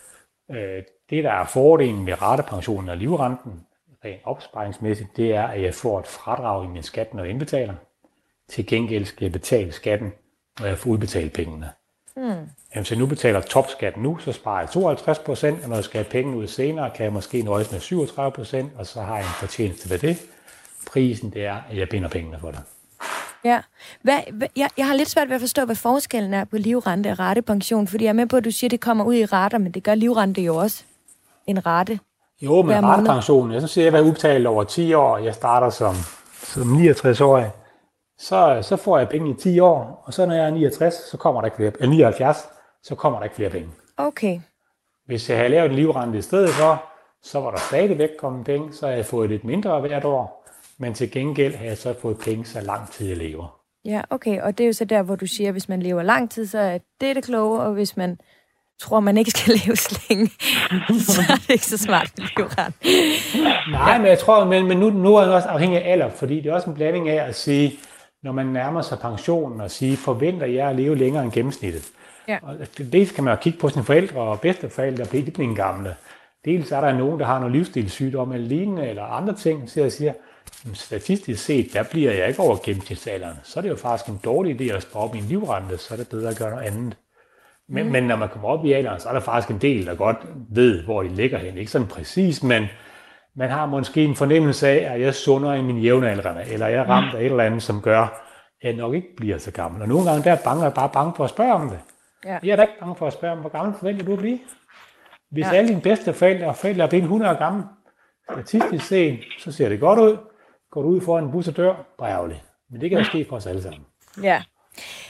Speaker 3: Det, der er fordelen med ratepensionen og livrenten, rent opsparingsmæssigt, det er, at jeg får et fradrag i min skat, når jeg indbetaler. Til gengæld skal jeg betale skatten, når jeg får udbetalt pengene. Mm. Hvis jeg nu betaler topskatten nu, så sparer jeg tooghalvtreds procent, og når jeg skal have penge ud senere, kan jeg måske nøjes med syvogtredive procent, og så har jeg en fortjeneste ved det. Prisen, det er, at jeg binder pengene for det.
Speaker 2: Ja. Hvad, hvad, jeg, jeg har lidt svært ved at forstå, hvad forskellen er på livrente og ratepension, fordi jeg er med på, at du siger, at det kommer ud i rater, men det gør livrente jo også en rate.
Speaker 3: Jo, men ratepensionen, jeg så siger, at jeg vil udbetale over ti år, jeg starter som, som niogtres-årig, så, så får jeg penge i ti år, og så når jeg er niogtres, så kommer der ikke flere, eller nioghalvfjerds, så kommer der ikke flere penge.
Speaker 2: Okay.
Speaker 3: Hvis jeg havde lavet en livrente i stedet for, så var der stadigvæk kommet penge, så havde jeg fået lidt mindre hvert år, men til gengæld har jeg så fået penge så lang tid jeg lever.
Speaker 2: Ja, okay, og det er jo så der, hvor du siger, at hvis man lever lang tid, så er det det kloge, og hvis man tror, man ikke skal leve så længe, så er det ikke så smart at leve ret.
Speaker 3: Nej, men jeg tror, men, men nu, nu er det også afhængig af alder, fordi det er også en blanding af at sige, når man nærmer sig pensionen, og sige, forventer jeg at leve længere end gennemsnittet. Ja. Og dels kan man jo kigge på sine forældre og bedsteforældre, der bliver blevet gamle. Dels er der nogen, der har nogle livsstilssygdomme eller lignende, eller andre ting, så jeg siger, statistisk set, der bliver jeg ikke over gennemsnitsalderen. Så er det jo faktisk en dårlig idé at spare op i en livrente, så er det bedre at gøre noget andet. Men, mm. men når man kommer op i alderen, så er der faktisk en del, der godt ved, hvor de ligger hen. Ikke sådan præcis, men man har måske en fornemmelse af, at jeg sunder i min jævnaldrende, eller jeg er ramt af et eller andet, som gør, at jeg nok ikke bliver så gammel. Og nogle gange der er bange, jeg bare bange for at spørge om det. Ja. Jeg er da ikke bange for at spørge om, hvor gammel forventer du at blive? Hvis ja. alle dine bedste forældre og forældre er blevet hundrede år gamle, statistisk set, så ser det godt ud. Går du ud foran en bus og dør, bare ærgerligt. Men det kan jo ske for os alle sammen.
Speaker 2: Ja.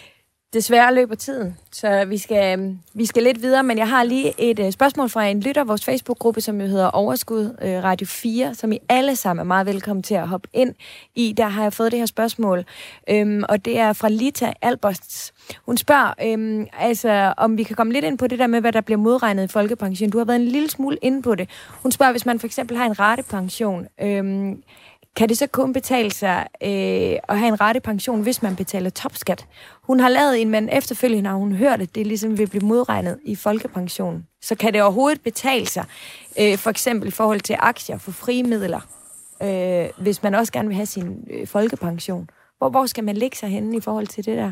Speaker 2: Desværre løber tiden, så vi skal, vi skal lidt videre, men jeg har lige et uh, spørgsmål fra en lytter, vores Facebook-gruppe, som jo hedder Overskud uh, Radio fire, som I alle sammen er meget velkommen til at hoppe ind i. Der har jeg fået det her spørgsmål, um, og det er fra Lita Alberts. Hun spørger, um, altså, om vi kan komme lidt ind på det der med, hvad der bliver modregnet i folkepension. Du har været en lille smule inde på det. Hun spørger, hvis man for eksempel har en ratepension, um, kan det så kun betale sig øh, at have en ratepension, hvis man betaler topskat? Hun har lavet en, men efterfølgende har hun hørt, at det ligesom vil blive modregnet i folkepensionen. Så kan det overhovedet betale sig, øh, for eksempel i forhold til aktier for frie midler, øh, hvis man også gerne vil have sin øh, folkepension? Hvor, hvor skal man lægge sig henne i forhold til det der?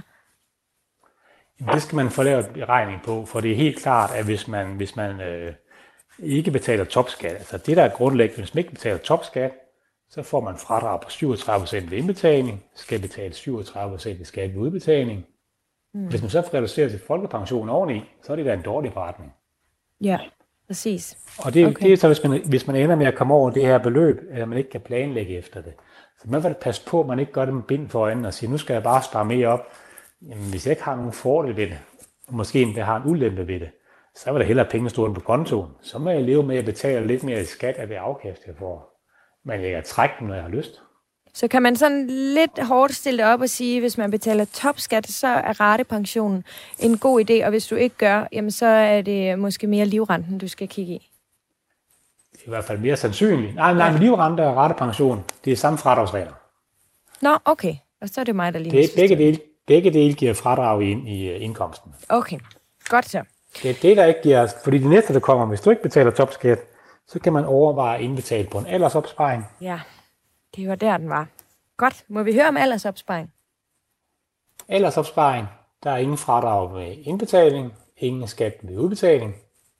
Speaker 3: Det skal man få lavet en regning på, for det er helt klart, at hvis man, hvis man øh, ikke betaler topskat, altså det der er grundlæggende, hvis man ikke betaler topskat, så får man fradrag på syvogtredive procent ved indbetaling, skal betale syvogtredive procent i skat ved udbetaling. Mm. Hvis man så får reduceret til folkepension oveni, så er det da en dårlig forretning.
Speaker 2: Ja, præcis.
Speaker 3: Og det,
Speaker 2: okay.
Speaker 3: det er så, hvis man, hvis man ender med at komme over det her beløb, eller man ikke kan planlægge efter det. Så man vil passe på, at man ikke gør det med bind for øjnene og siger, nu skal jeg bare spare mere op. Jamen, hvis jeg ikke har nogen fordel ved det, og måske endda har en ulempe ved det, så vil der hellere penge stående på kontoen. Så må jeg leve med at betale lidt mere i skat af det afkast, jeg får. Men jeg kan trække dem, når jeg har lyst.
Speaker 2: Så kan man sådan lidt hårdt stille det op og sige, hvis man betaler topskat, så er ratepensionen en god idé, og hvis du ikke gør, jamen så er det måske mere livrenten, du skal kigge i.
Speaker 3: Det er i hvert fald mere sandsynligt. Nej, nej, men livrente og ratepension, det er samme fradragsregler.
Speaker 2: Nå, okay. Og så er det mig, der lige
Speaker 3: det er begge dele, begge dele giver fradrag ind i uh, indkomsten.
Speaker 2: Okay, godt så.
Speaker 3: Det er det, der ikke giver, fordi det næste, der kommer, hvis du ikke betaler topskat, så kan man overveje at indbetale på en aldersopsparing.
Speaker 2: Ja, det var der, den var. Godt. Må vi høre om aldersopsparing?
Speaker 3: Aldersopsparing, der er ingen fradrag ved indbetaling, ingen skat ved udbetaling.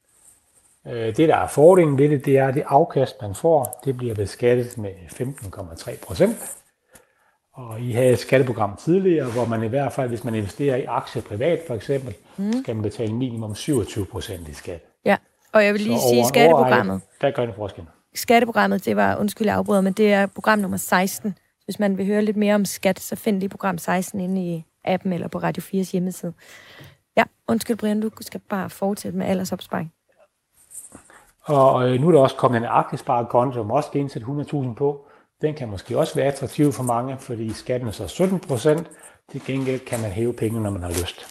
Speaker 3: Det, der er fordelen ved det, det er, at det afkast, man får, det bliver beskattet med femten komma tre procent. Og I havde et skatteprogram tidligere, hvor man i hvert fald, hvis man investerer i aktier privat for eksempel, mm. skal man betale minimum syvogtyve procent i skat.
Speaker 2: Ja. Og jeg vil lige
Speaker 3: så
Speaker 2: sige,
Speaker 3: over,
Speaker 2: skatteprogrammet,
Speaker 3: der gør det forskel.
Speaker 2: Skatteprogrammet, det var, undskyld, jeg afbryder, men det er program nummer seksten. Hvis man vil høre lidt mere om skat, så find det program seksten inde i appen eller på Radio fires hjemmeside. Ja, undskyld Brian, du skal bare fortsætte med aldersopsparing.
Speaker 3: Og nu er der også kommet en aktiesparekonto, som også skal indsætte hundrede tusind på. Den kan måske også være attraktiv for mange, fordi skatten er så sytten procent. Til gengæld kan man hæve penge, når man har lyst.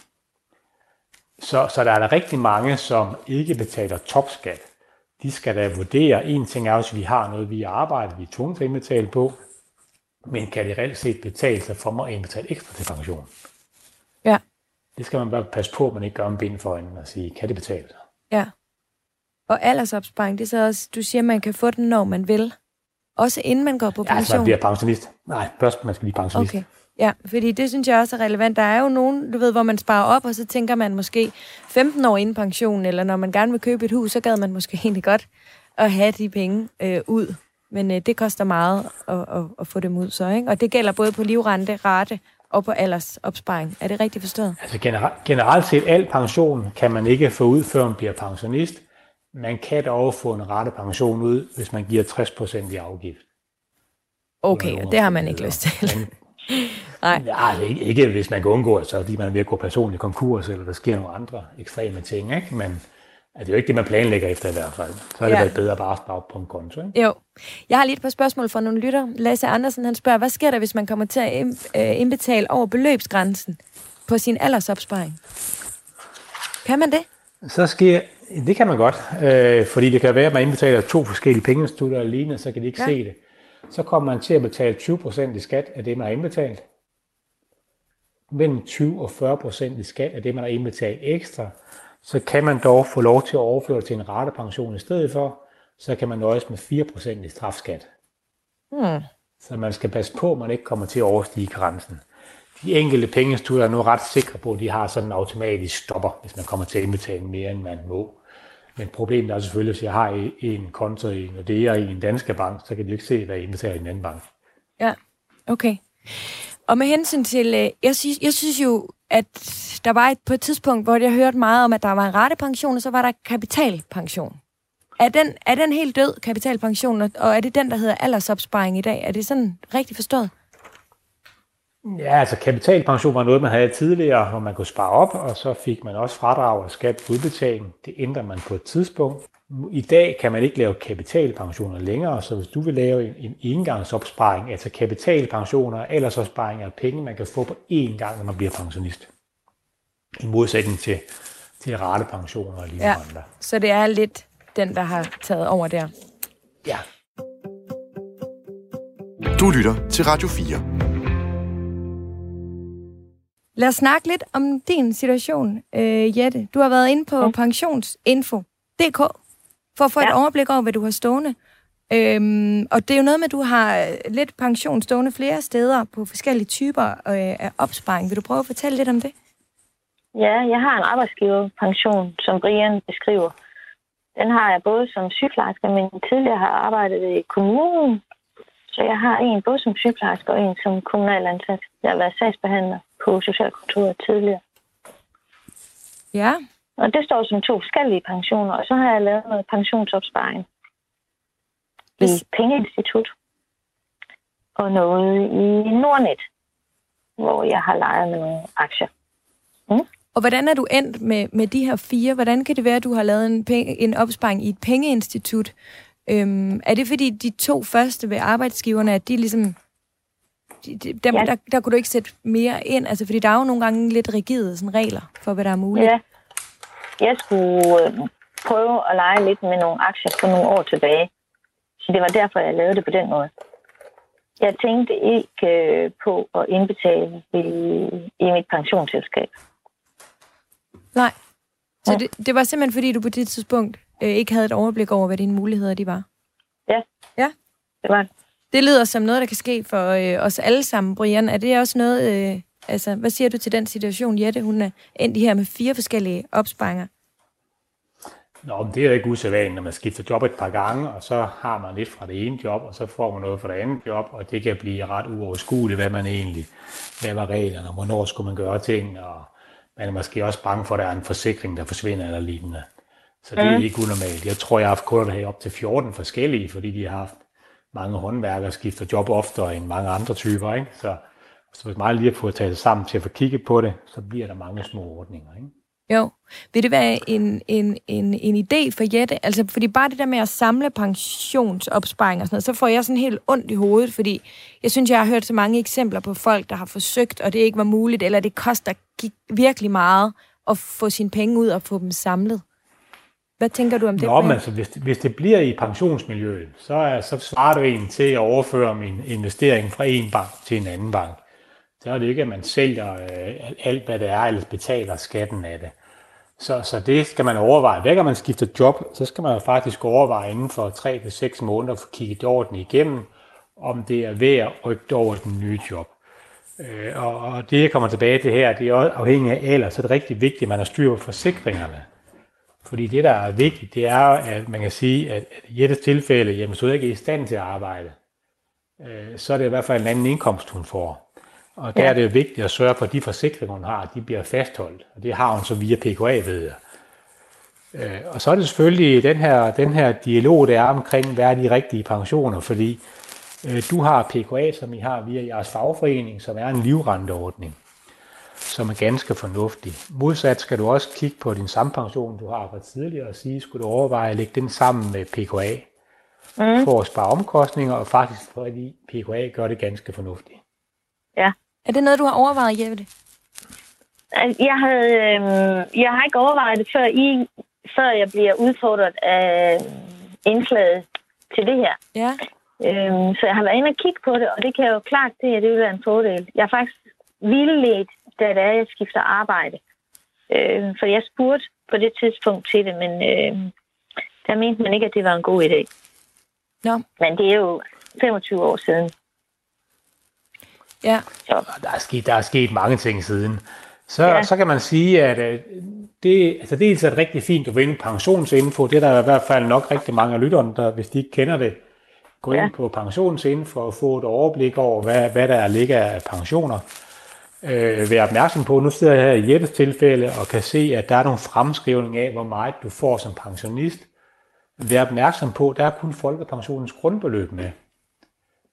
Speaker 3: Så, så der er der rigtig mange, som ikke betaler topskat. De skal da vurdere. En ting er også, at vi har noget, vi arbejder, vi er tvunget til at indbetale på. Men kan det reelt set betale sig for mig at indbetale ekstra til pension?
Speaker 2: Ja.
Speaker 3: Det skal man bare passe på, at man ikke gør en bind for øjnene og sige, kan det betale sig?
Speaker 2: Ja. Og aldersopsparing, det er så også, du siger, man kan få den, når man vil. Også inden man går på pension.
Speaker 3: Ja, altså man bliver pensionist. Nej, først man skal blive pensionist.
Speaker 2: Okay. Ja, fordi det synes jeg også er relevant. Der er jo nogen, du ved, hvor man sparer op, og så tænker man måske femten år inden pension, eller når man gerne vil købe et hus, så gad man måske egentlig godt at have de penge øh, ud. Men øh, det koster meget at, at, at få dem ud så, ikke? Og det gælder både på livrente, rate og på aldersopsparing. Er det rigtigt forstået? Altså
Speaker 3: generelt, generelt set, al pension kan man ikke få ud, før man bliver pensionist. Man kan dog få en ratepension ud, hvis man giver tres procent i afgift.
Speaker 2: Okay, og det har man ikke lyst til.
Speaker 3: Men, nej. Nej, ikke, ikke hvis man kan undgå det, så fordi man er ved at gå personlig konkurs, eller der sker nogle andre ekstreme ting, ikke? Men det er jo ikke det, man planlægger efter i hvert fald. Så er det ja. været bedre bare at spare op på en konto, ikke?
Speaker 2: Jo. Jeg har lige et par spørgsmål fra nogle lytter. Lasse Andersen, han spørger, hvad sker der, hvis man kommer til at indbetale over beløbsgrænsen på sin aldersopsparing? Kan man det?
Speaker 3: Så sker, det kan man godt, øh, fordi det kan være, at man indbetaler to forskellige pengeinstitutter alene, så kan de ikke ja. se det. Så kommer man til at betale tyve procent i skat af det, man har indbetalt. Mellem tyve og fyrre procent i skat af det, man har indbetalt ekstra. Så kan man dog få lov til at overføre til en ratepension i stedet for. Så kan man nøjes med fire procent i strafskat. Hmm. Så man skal passe på, at man ikke kommer til at overstige grænsen. De enkelte pengeinstitutter er nu ret sikre på, at de har sådan en automatisk stopper, hvis man kommer til at indbetale mere, end man må. Men problemet er selvfølgelig, hvis jeg har en konto i Nordea i en danske bank, så kan de ikke se, hvad jeg indbetaler i en anden bank.
Speaker 2: Ja, okay. Og med hensyn til, jeg synes, jeg synes jo, at der var et, på et tidspunkt, hvor jeg hørte meget om, at der var en ratepension, og så var der kapitalpension. Er den, er den helt død, kapitalpension, og er det den, der hedder aldersopsparing i dag? Er det sådan rigtig forstået?
Speaker 3: Ja, altså kapitalpension var noget, man havde tidligere, hvor man kunne spare op, og så fik man også fradrag af skat på udbetaling. Det ændrer man på et tidspunkt. I dag kan man ikke lave kapitalpensioner længere, så hvis du vil lave en, en engangsopsparing, altså kapitalpensioner og aldersopsparinger af penge, man kan få på én gang, når man bliver pensionist. I modsætning til, til ratepensioner og lignende.
Speaker 2: Ja, så det er lidt den, der har taget over der.
Speaker 3: Ja.
Speaker 1: Du lytter til Radio fire.
Speaker 2: Lad os snakke lidt om din situation, øh, Jette. Du har været inde på ja. pensionsinfo punktum d k for at få ja. et overblik over, hvad du har stående. Øhm, og det er jo noget med, at du har lidt pension stående flere steder på forskellige typer øh, af opsparing. Vil du prøve at fortælle lidt om det?
Speaker 4: Ja, jeg har en arbejdsgiverpension, som Brian beskriver. Den har jeg både som sygeplejerske, men tidligere har jeg arbejdet i kommunen. Så jeg har en både som sygeplejerske og en som kommunalansat. Jeg har været sagsbehandler på socialkontoret tidligere.
Speaker 2: Ja.
Speaker 4: Og det står som to forskellige pensioner, og så har jeg lavet noget pensionsopsparing i Pengeinstitut og noget i Nordnet, hvor jeg har lejet med nogle aktier. Mm.
Speaker 2: Og hvordan er du endt med, med de her fire? Hvordan kan det være, at du har lavet en, penge, en opsparing i et pengeinstitut? Øhm, er det fordi de to første ved arbejdsgiverne, at de ligesom... De, de, dem, ja. der, der kunne du ikke sætte mere ind? Altså, fordi der er jo nogle gange lidt rigide sådan, regler for, hvad der er muligt.
Speaker 4: Ja. Jeg skulle øh, prøve at lege lidt med nogle aktier for nogle år tilbage. Så det var derfor, jeg lavede det på den måde. Jeg tænkte ikke øh, på at indbetale i, i mit pensionsselskab.
Speaker 2: Nej. Så
Speaker 4: ja.
Speaker 2: det, det var simpelthen, fordi du på det tidspunkt øh, ikke havde et overblik over, hvad dine muligheder de var?
Speaker 4: Ja.
Speaker 2: Ja.
Speaker 4: Det var det.
Speaker 2: Det lyder som noget, der kan ske for øh, os alle sammen, Brian. Er det også noget... Øh, altså, hvad siger du til den situation, Jette? Hun er endt her med fire forskellige opsparinger.
Speaker 3: Nå, men det er jo ikke usædvanligt, når man skifter job et par gange, og så har man lidt fra det ene job, og så får man noget fra det andet job, og det kan blive ret uoverskueligt, hvad man egentlig, hvad var reglerne, og hvornår skulle man gøre ting, og man er måske også bange for, at der er en forsikring, der forsvinder eller lignende. Så det er mm. ikke unormalt. Jeg tror, jeg har haft kunder, der har op til fjorten forskellige, fordi de har haft mange håndværkere, skifter job oftere end mange andre typer, ikke? Så, så hvis man lige har fået taget det sammen til at få kigget på det, så bliver der mange små ordninger, ikke?
Speaker 2: Jo. Vil det være en, en, en, en idé for Jette? Altså, fordi bare det der med at samle pensionsopsparing og sådan noget, så får jeg sådan helt ondt i hovedet, fordi jeg synes, jeg har hørt så mange eksempler på folk, der har forsøgt, og det ikke var muligt, eller det koster virkelig meget at få sine penge ud og få dem samlet. Hvad tænker du om det?
Speaker 3: Nå, men altså, hvis, det, hvis det bliver i pensionsmiljøet, så, er, så svarer du en til at overføre min investering fra en bank til en anden bank. Så er det ikke, at man sælger øh, alt, hvad det er, eller betaler skatten af det. Så, så det skal man overveje. Hver gang man skifter job, så skal man faktisk overveje inden for tre til seks måneder at få kigget ordentligt igennem, om det er ved at rykke over den nye job. Øh, og, og det, jeg kommer tilbage til her, det er også afhængigt af alder, så er det rigtig vigtigt, at man har styr på forsikringerne. Fordi det, der er vigtigt, det er, at man kan sige, at i Jettes tilfælde, jamen, så er ikke i stand til at arbejde. Øh, så er det i hvert fald en anden indkomst, hun får. Og der ja. er det jo vigtigt at sørge for, at de forsikringer, hun har, de bliver fastholdt. Og det har hun så via P K A, ved jeg. Øh, og så er det selvfølgelig den her, den her dialog, der er omkring, hvad er de rigtige pensioner. Fordi øh, du har P K A, som I har via jeres fagforening, som er en livrenteordning, som er ganske fornuftig. Modsat skal du også kigge på din samme pension, du har fra tidligere, og sige, skulle du overveje at lægge den sammen med P K A, mm. for at spare omkostninger, og faktisk fordi P K A gør det ganske fornuftigt.
Speaker 4: Ja.
Speaker 2: Er det noget, du har overvejet, Jette?
Speaker 4: Jeg, havde, øh, jeg har ikke overvejet det, før, I, før jeg bliver udfordret af indslaget til det her.
Speaker 2: Ja.
Speaker 4: Øh, så jeg har været inde og kigge på det, og det kan jeg jo klart se, at det vil være en fordel. Jeg er faktisk vildledt, da det er, jeg skifter arbejde. Øh, for jeg spurgte på det tidspunkt til det, men øh, der mente man ikke, at det var en god idé.
Speaker 2: Nå.
Speaker 4: Men det er jo femogtyve år siden.
Speaker 2: Ja.
Speaker 3: Der er sket, der er sket mange ting siden. Så, ja. så kan man sige, at det, altså dels er det rigtig fint at vinde pensionsinfo. Det er der i hvert fald nok rigtig mange af lytterne, der, hvis de ikke kender det, gå ind ja. på pensionsinfo og få et overblik over, hvad, hvad der ligger af pensioner. Øh, vær opmærksom på, nu sidder jeg her i Jettes tilfælde og kan se, at der er nogle fremskrivning af, hvor meget du får som pensionist. Vær opmærksom på, der er kun folkepensionens grundbeløb med.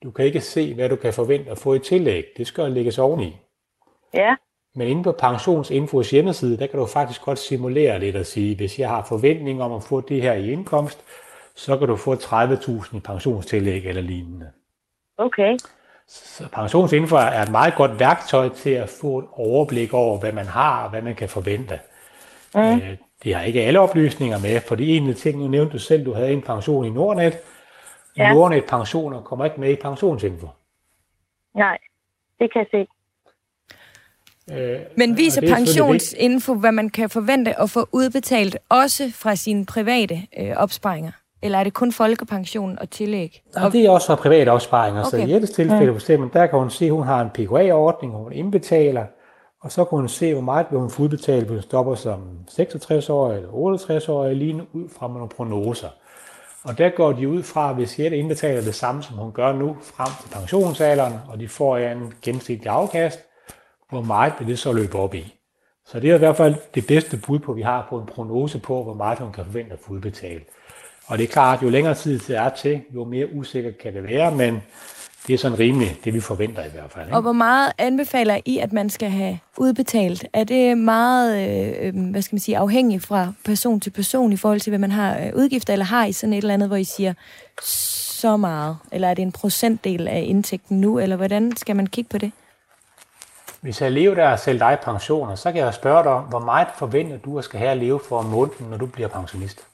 Speaker 3: Du kan ikke se, hvad du kan forvente at få i tillæg. Det skal lægges oveni.
Speaker 4: Ja.
Speaker 3: Men inde på Pensionsinfos hjemmeside, der kan du faktisk godt simulere lidt og sige, hvis jeg har forventning om at få det her i indkomst, så kan du få tredive tusind i pensionstillæg eller lignende.
Speaker 4: Okay.
Speaker 3: Så Pensionsinfo er et meget godt værktøj til at få et overblik over, hvad man har og hvad man kan forvente. Mm. Det har ikke alle oplysninger med, for de ene ting, du nævnte du selv, du havde en pension i Nordnet. Ja. Nordnet pensioner kommer ikke med i Pensionsinfo.
Speaker 4: Nej, det kan jeg se.
Speaker 2: Øh, Men viser Pensionsinfo, hvad man kan forvente at få udbetalt, også fra sine private øh, opsparinger? Eller er det kun folkepension og tillæg?
Speaker 3: Ja, det er også fra private opsparinger. Okay. Så i Jettes tilfælde, mm. for der kan hun se, at hun har en P K A-ordning, hun indbetaler, og så kan hun se, hvor meget hun får udbetalt, hvis hun stopper som seksogtres-årig eller otteogtres-årig, lige ud fra nogle prognoser. Og der går de ud fra, hvis Jette indbetaler det samme, som hun gør nu, frem til pensionsalderen, og de får en gennemsnitlig afkast, hvor meget vil det så løbe op i. Så det er i hvert fald det bedste bud på, vi har på en prognose på, hvor meget hun kan forvente at få udbetalt. Og det er klart, jo længere tid det er til, jo mere usikkert kan det være, men det er sådan rimeligt, det vi forventer i hvert fald. Ikke?
Speaker 2: Og hvor meget anbefaler I, at man skal have udbetalt? Er det meget, øh, hvad skal man sige, afhængigt fra person til person i forhold til, hvad man har udgifter, eller har I sådan et eller andet, hvor I siger så meget? Eller er det en procentdel af indtægten nu, eller hvordan skal man kigge på det?
Speaker 3: Hvis jeg lever der og sælger dig pensioner, så kan jeg spørge dig, hvor meget forventer du at skal have at leve for om måneden, når du bliver pensionist?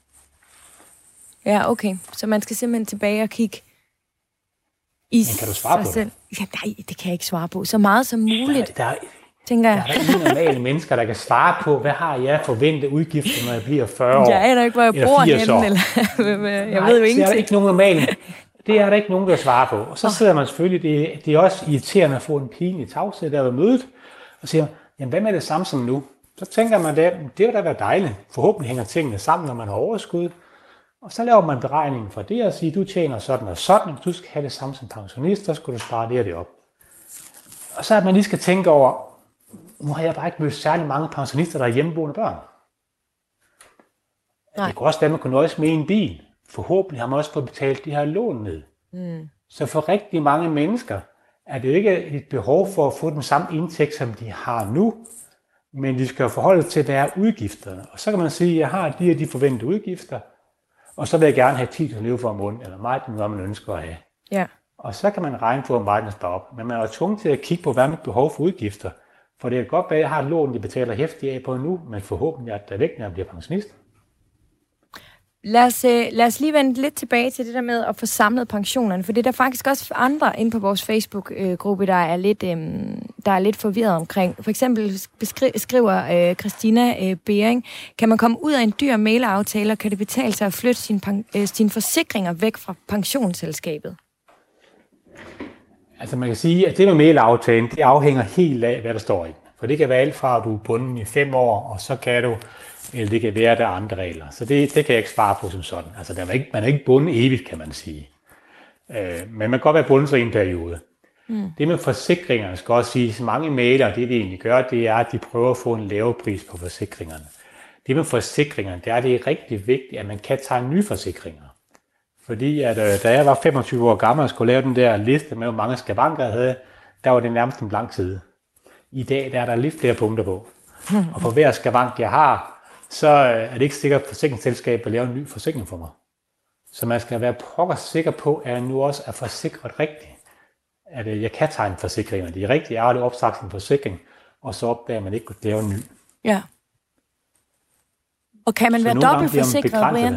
Speaker 2: Ja, okay. Så man skal simpelthen tilbage og kigge i
Speaker 3: Men kan du svare på
Speaker 2: selv. Det? Ja, nej, det kan jeg ikke svare på. Så meget som muligt,
Speaker 3: der, der,
Speaker 2: tænker jeg.
Speaker 3: Der er ikke normale mennesker, der kan svare på, hvad har jeg forventet udgifter, når jeg bliver fyrre år?
Speaker 2: Jeg aner ikke, hvor jeg bor henne, eller jeg
Speaker 3: nej,
Speaker 2: ved jo ingenting.
Speaker 3: Det er der ikke nogen normale. Det er der ikke nogen, der svarer på. Og så sidder man selvfølgelig, det, det er også irriterende at få en pinlig tavshed der ved mødet, og siger, jamen hvad med det samme som nu? Så tænker man, det, det vil da være dejligt. Forhåbentlig hænger tingene sammen, når man har overskud. Og så laver man beregningen for det og siger, du tjener sådan og sådan, du skal have det samme som pensionist, så skal du spare det og det op. Og så at man lige skal tænke over, nu har jeg bare ikke mødt særlig mange pensionister, der er hjemmeboende børn. Nej. Det kunne også være, at man kunne nøjes med en bil. Forhåbentlig har man også fået betalt de her lån ned. Mm. Så for rigtig mange mennesker er det ikke et behov for at få den samme indtægt, som de har nu, men de skal forholde til, hvad er udgifterne. Og så kan man sige, at jeg har de her de forventede udgifter, og så vil jeg gerne have ti til at leve for om måneden, eller meget, hvad man ønsker at have.
Speaker 2: Ja.
Speaker 3: Og så kan man regne på, hvor meget man sparer op. Men man er tvunget til at kigge på, hvad man har behov for udgifter. For det er godt være, at jeg har et lån, jeg betaler hæftigt af på nu, men forhåbentlig er det væk, når jeg bliver pensionist.
Speaker 2: Lad os, lad os lige vende lidt tilbage til det der med at få samlet pensionerne, for det er der faktisk også andre inde på vores Facebook-gruppe, der er lidt, øhm, der er lidt forvirret omkring. For eksempel beskri- skriver øh, Christina øh, Bering, kan man komme ud af en dyr mailaftale, og kan det betale sig at flytte sine, øh, sine forsikringer væk fra pensionsselskabet?
Speaker 3: Altså man kan sige, at det med mailaftalen, det afhænger helt af, hvad der står i. For det kan være alt fra, at du er bundet i fem år, og så kan du, eller det kan være, at der er andre regler. Så det, det kan jeg ikke svare på som sådan. Altså der er ikke, man er ikke bundet evigt, kan man sige. Øh, men man kan godt være bundet sig i en periode. Mm. Det med forsikringerne skal også sige, at mange mailere, det de egentlig gør, det er, at de prøver at få en lavere pris på forsikringerne. Det med forsikringerne, det er det er rigtig vigtigt, at man kan tage nye forsikringer. Fordi at, øh, da jeg var femogtyve år gammel og skulle lave den der liste med, hvor mange skavanker jeg havde, der var det nærmest en blank side. I dag der er der lidt flere punkter på. Og for hver skavank, jeg har, så er det ikke sikkert, at forsikringsselskabet vil lave en ny forsikring for mig. Så man skal være pokker sikker på, at jeg nu også er forsikret rigtigt. At jeg kan tegne forsikringer. Det er rigtig ærligt opsagt en forsikring, og så opdager man ikke, at lave en ny.
Speaker 2: Ja. Og kan man så være dobbeltforsikret, Brian?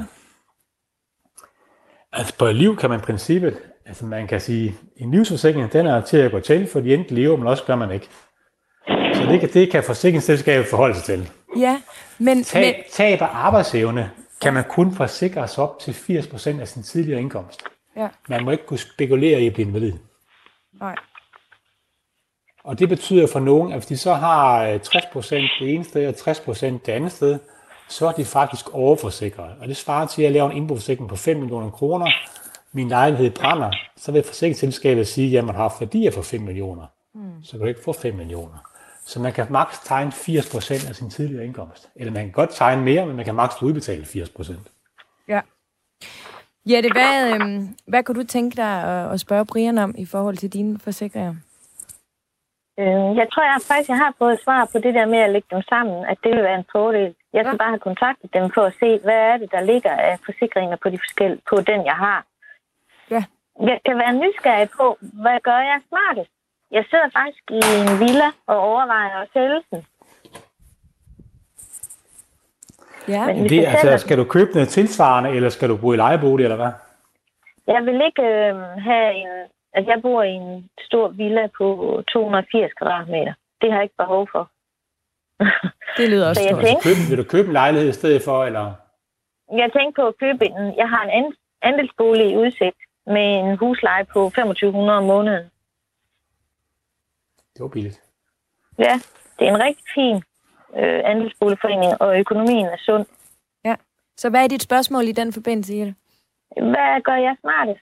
Speaker 3: Altså på et liv kan man i princippet, altså man kan sige, en livsforsikring, den er til at gå til, for de enten lever, men også gør man ikke. Så det kan, det kan forsikringsselskabet forholde sig til.
Speaker 2: Ja, men...
Speaker 3: Tab,
Speaker 2: men...
Speaker 3: tab af arbejdsevne kan man kun forsikre sig op til firs procent af sin tidligere indkomst.
Speaker 2: Ja.
Speaker 3: Man må ikke kunne spekulere i at blive invalid.
Speaker 2: Nej.
Speaker 3: Og det betyder for nogen, at hvis de så har tres procent det ene sted og tres procent det andet sted, så er de faktisk overforsikret. Og det svarer til, at jeg laver en indboforsikring på fem millioner kroner. Min lejlighed brænder, så vil forsikringsselskabet sige, at man har værdier for fem millioner. Mm. Så kan du ikke få fem millioner. Så man kan maks tegne firs procent af sin tidligere indkomst. Eller man kan godt tegne mere, men man kan maks få udbetalt firs procent.
Speaker 2: Ja. Jette, hvad, øh, hvad kunne du tænke dig at, at spørge Brian om i forhold til dine forsikringer?
Speaker 4: Øh, jeg tror jeg faktisk, jeg har fået svar på det der med at lægge dem sammen, at det vil være en fordel. Jeg skal ja. bare have kontaktet dem for at se, hvad er det, der ligger af forsikringer på de forskellige, på den, jeg har.
Speaker 2: Ja.
Speaker 4: Jeg kan være nysgerrig på, hvad gør jeg smartest? Jeg sidder faktisk i en villa og overvejer at sælge den.
Speaker 2: Ja.
Speaker 3: Men det, altså, skal du købe noget tilsvarende, eller skal du bo i lejebolig, eller hvad?
Speaker 4: Jeg vil ikke øh, have en... Altså, jeg bor i en stor villa på to hundrede og firs kvadratmeter. Det har jeg ikke behov for.
Speaker 2: Det lyder også
Speaker 3: stort. Tænkte, købe, vil du købe en lejlighed i stedet for, eller?
Speaker 4: Jeg tænkte på at købe en... Jeg har en andelsbolig i udsigt med en husleje på femogtyve hundrede om måneden.
Speaker 3: Det var billigt.
Speaker 4: Ja, det er en rigtig fin øh, andelsboligforening, og økonomien er sund.
Speaker 2: Ja. Så hvad er dit spørgsmål i den forbindelse, Jette?
Speaker 4: Hvad gør jeg smartest?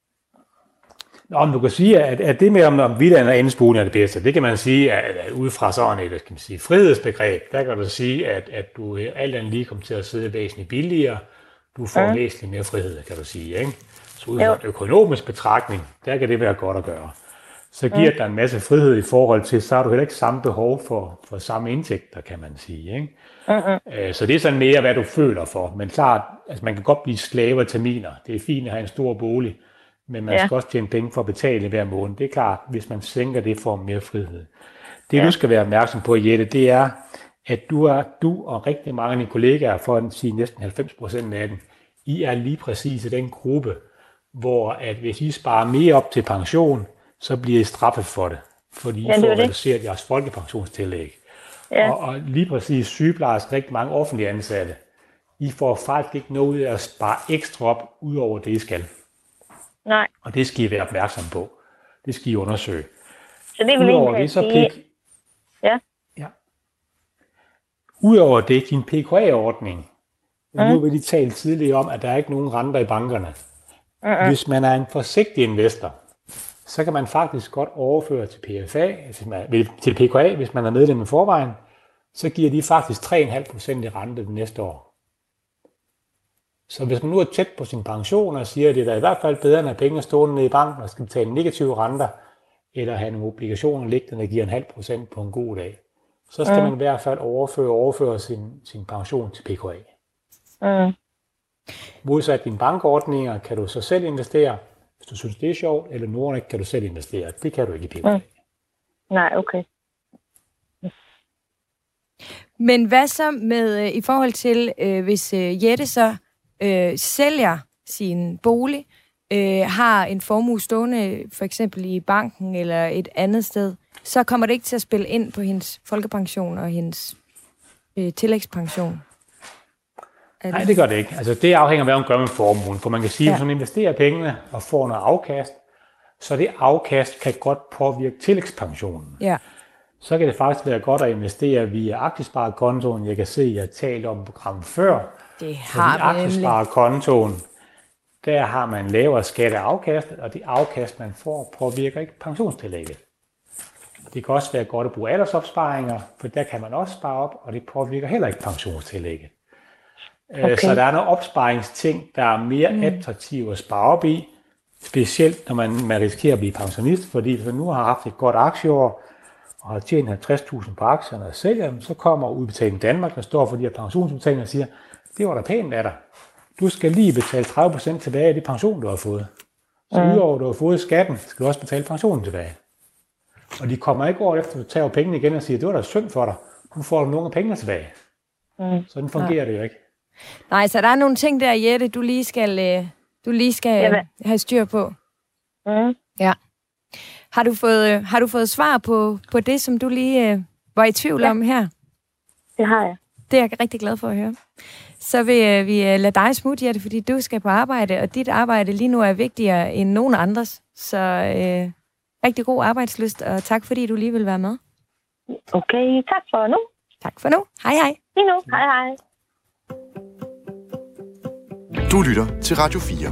Speaker 3: Nå, om du kan sige, at, at det med, om, om villaen og andelsboligen er det bedste, det kan man sige, at, at ud fra sådan et kan man sige, frihedsbegreb, der kan du sige, at, at du alt andet lige kommer til at sidde væsentligt billigere, du får mm. væsentligt mere frihed, kan du sige. Ikke? Så ud fra en økonomisk betragtning, der kan det være godt at gøre. Så giver mm. dig en masse frihed i forhold til, så har du heller ikke samme behov for, for samme indtægter, kan man sige. Ikke? Mm-hmm. Så det er sådan mere, hvad du føler for. Men klart, altså man kan godt blive slave af terminer. Det er fint at have en stor bolig, men man ja. skal også tjene penge for at betale hver måned. Det er klart, hvis man sænker det, får mere frihed. Det, ja. du skal være opmærksom på, Jette, det er, at du, er, du og rigtig mange af dine kollegaer, for at sige næsten halvfems procent af dem, I er lige præcis i den gruppe, hvor at hvis I sparer mere op til pension, så bliver I straffet for det, fordi I ja, får reduceret jeres folkepensionstillæg. Ja. Og, og lige præcis sygeplejersker, rigtig mange offentlige ansatte, I får faktisk ikke noget ud af at spare ekstra op, ud over det, I skal.
Speaker 4: Nej.
Speaker 3: Og det skal I være opmærksom på. Det skal I undersøge.
Speaker 4: Så det vil
Speaker 3: Udover
Speaker 4: det,
Speaker 3: så pik...
Speaker 4: ja.
Speaker 3: ja. Udover det, din P K A-ordning, mm. nu vil de tale tidligere om, at der er ikke nogen renter i bankerne. Mm-hmm. Hvis man er en forsigtig investor, så kan man faktisk godt overføre til P F A, til P K A, hvis man er medlem i forvejen, så giver de faktisk tre komma fem procent i rente det næste år. Så hvis man nu er tæt på sin pension og siger, at det er i hvert fald bedre, end at penge stående nede i banken og skal betale negative renter, eller have nogle obligationer liggende, der giver en halv procent på en god dag, så skal mm. man i hvert fald overføre, overføre sin, sin pension til P K A. Mm. Modsat dine bankordninger kan du så selv investere, hvis du synes, det er sjovt, eller Nordnet kan du selv investere. Det kan du ikke i P K A. Mm.
Speaker 4: Nej, okay.
Speaker 2: Men hvad så med øh, i forhold til, øh, hvis øh, Jette så øh, sælger sin bolig, øh, har en formue stående for eksempel i banken eller et andet sted, så kommer det ikke til at spille ind på hendes folkepension og hendes øh, tillægspension?
Speaker 3: Nej, det gør det ikke. Altså, det afhænger af, hvad hun gør med formuen. For man kan sige, at ja. hvis hun investerer pengene og får noget afkast, så det afkast kan godt påvirke tillægspensionen.
Speaker 2: Ja.
Speaker 3: Så kan det faktisk være godt at investere via aktiesparekontoen. Jeg kan se, at jeg har talt om programmet før.
Speaker 2: Det har vi
Speaker 3: aktiesparekontoen, der har man lavere skatte af afkastet, og det afkast, man får, påvirker ikke pensionstillægget. Det kan også være godt at bruge aldersopsparinger, for der kan man også spare op, og det påvirker heller ikke pensionstillægget. Okay. Så der er nogle opsparingsting, der er mere mm. attraktive at spare op i, specielt når man, man risikerer at blive pensionist, fordi hvis man nu har haft et godt aktieår, og har tjent halvtreds tusind på aktierne og sælger dem, så kommer Udbetaling Danmark, der står for de her pensionsudbetalinger og siger, det var da pænt af dig. Du skal lige betale tredive procent tilbage af det pension, du har fået. Så mm. udover at du har fået skatten, skal du også betale pensionen tilbage. Og de kommer ikke over efter, at du tager pengene igen og siger, det var da synd for dig. Nu får du nogle af pengene tilbage. Mm. Sådan fungerer ja. det jo ikke.
Speaker 2: Nej, så der er nogle ting der, Jette, du lige skal, du lige skal ja, have styr på.
Speaker 4: Mm.
Speaker 2: Ja. Har du fået, har du fået svar på, på det, som du lige uh, var i tvivl ja. om her?
Speaker 4: Det har jeg.
Speaker 2: Det er jeg rigtig glad for at høre. Så vil uh, vi uh, lade dig smutte, Jette, fordi du skal på arbejde, og dit arbejde lige nu er vigtigere end nogen andres. Så uh, rigtig god arbejdslyst, og tak fordi du lige vil være med.
Speaker 4: Okay, tak for nu.
Speaker 2: Tak for nu. Hej hej.
Speaker 4: Lige nu. Hej hej.
Speaker 1: Du lytter til Radio fire.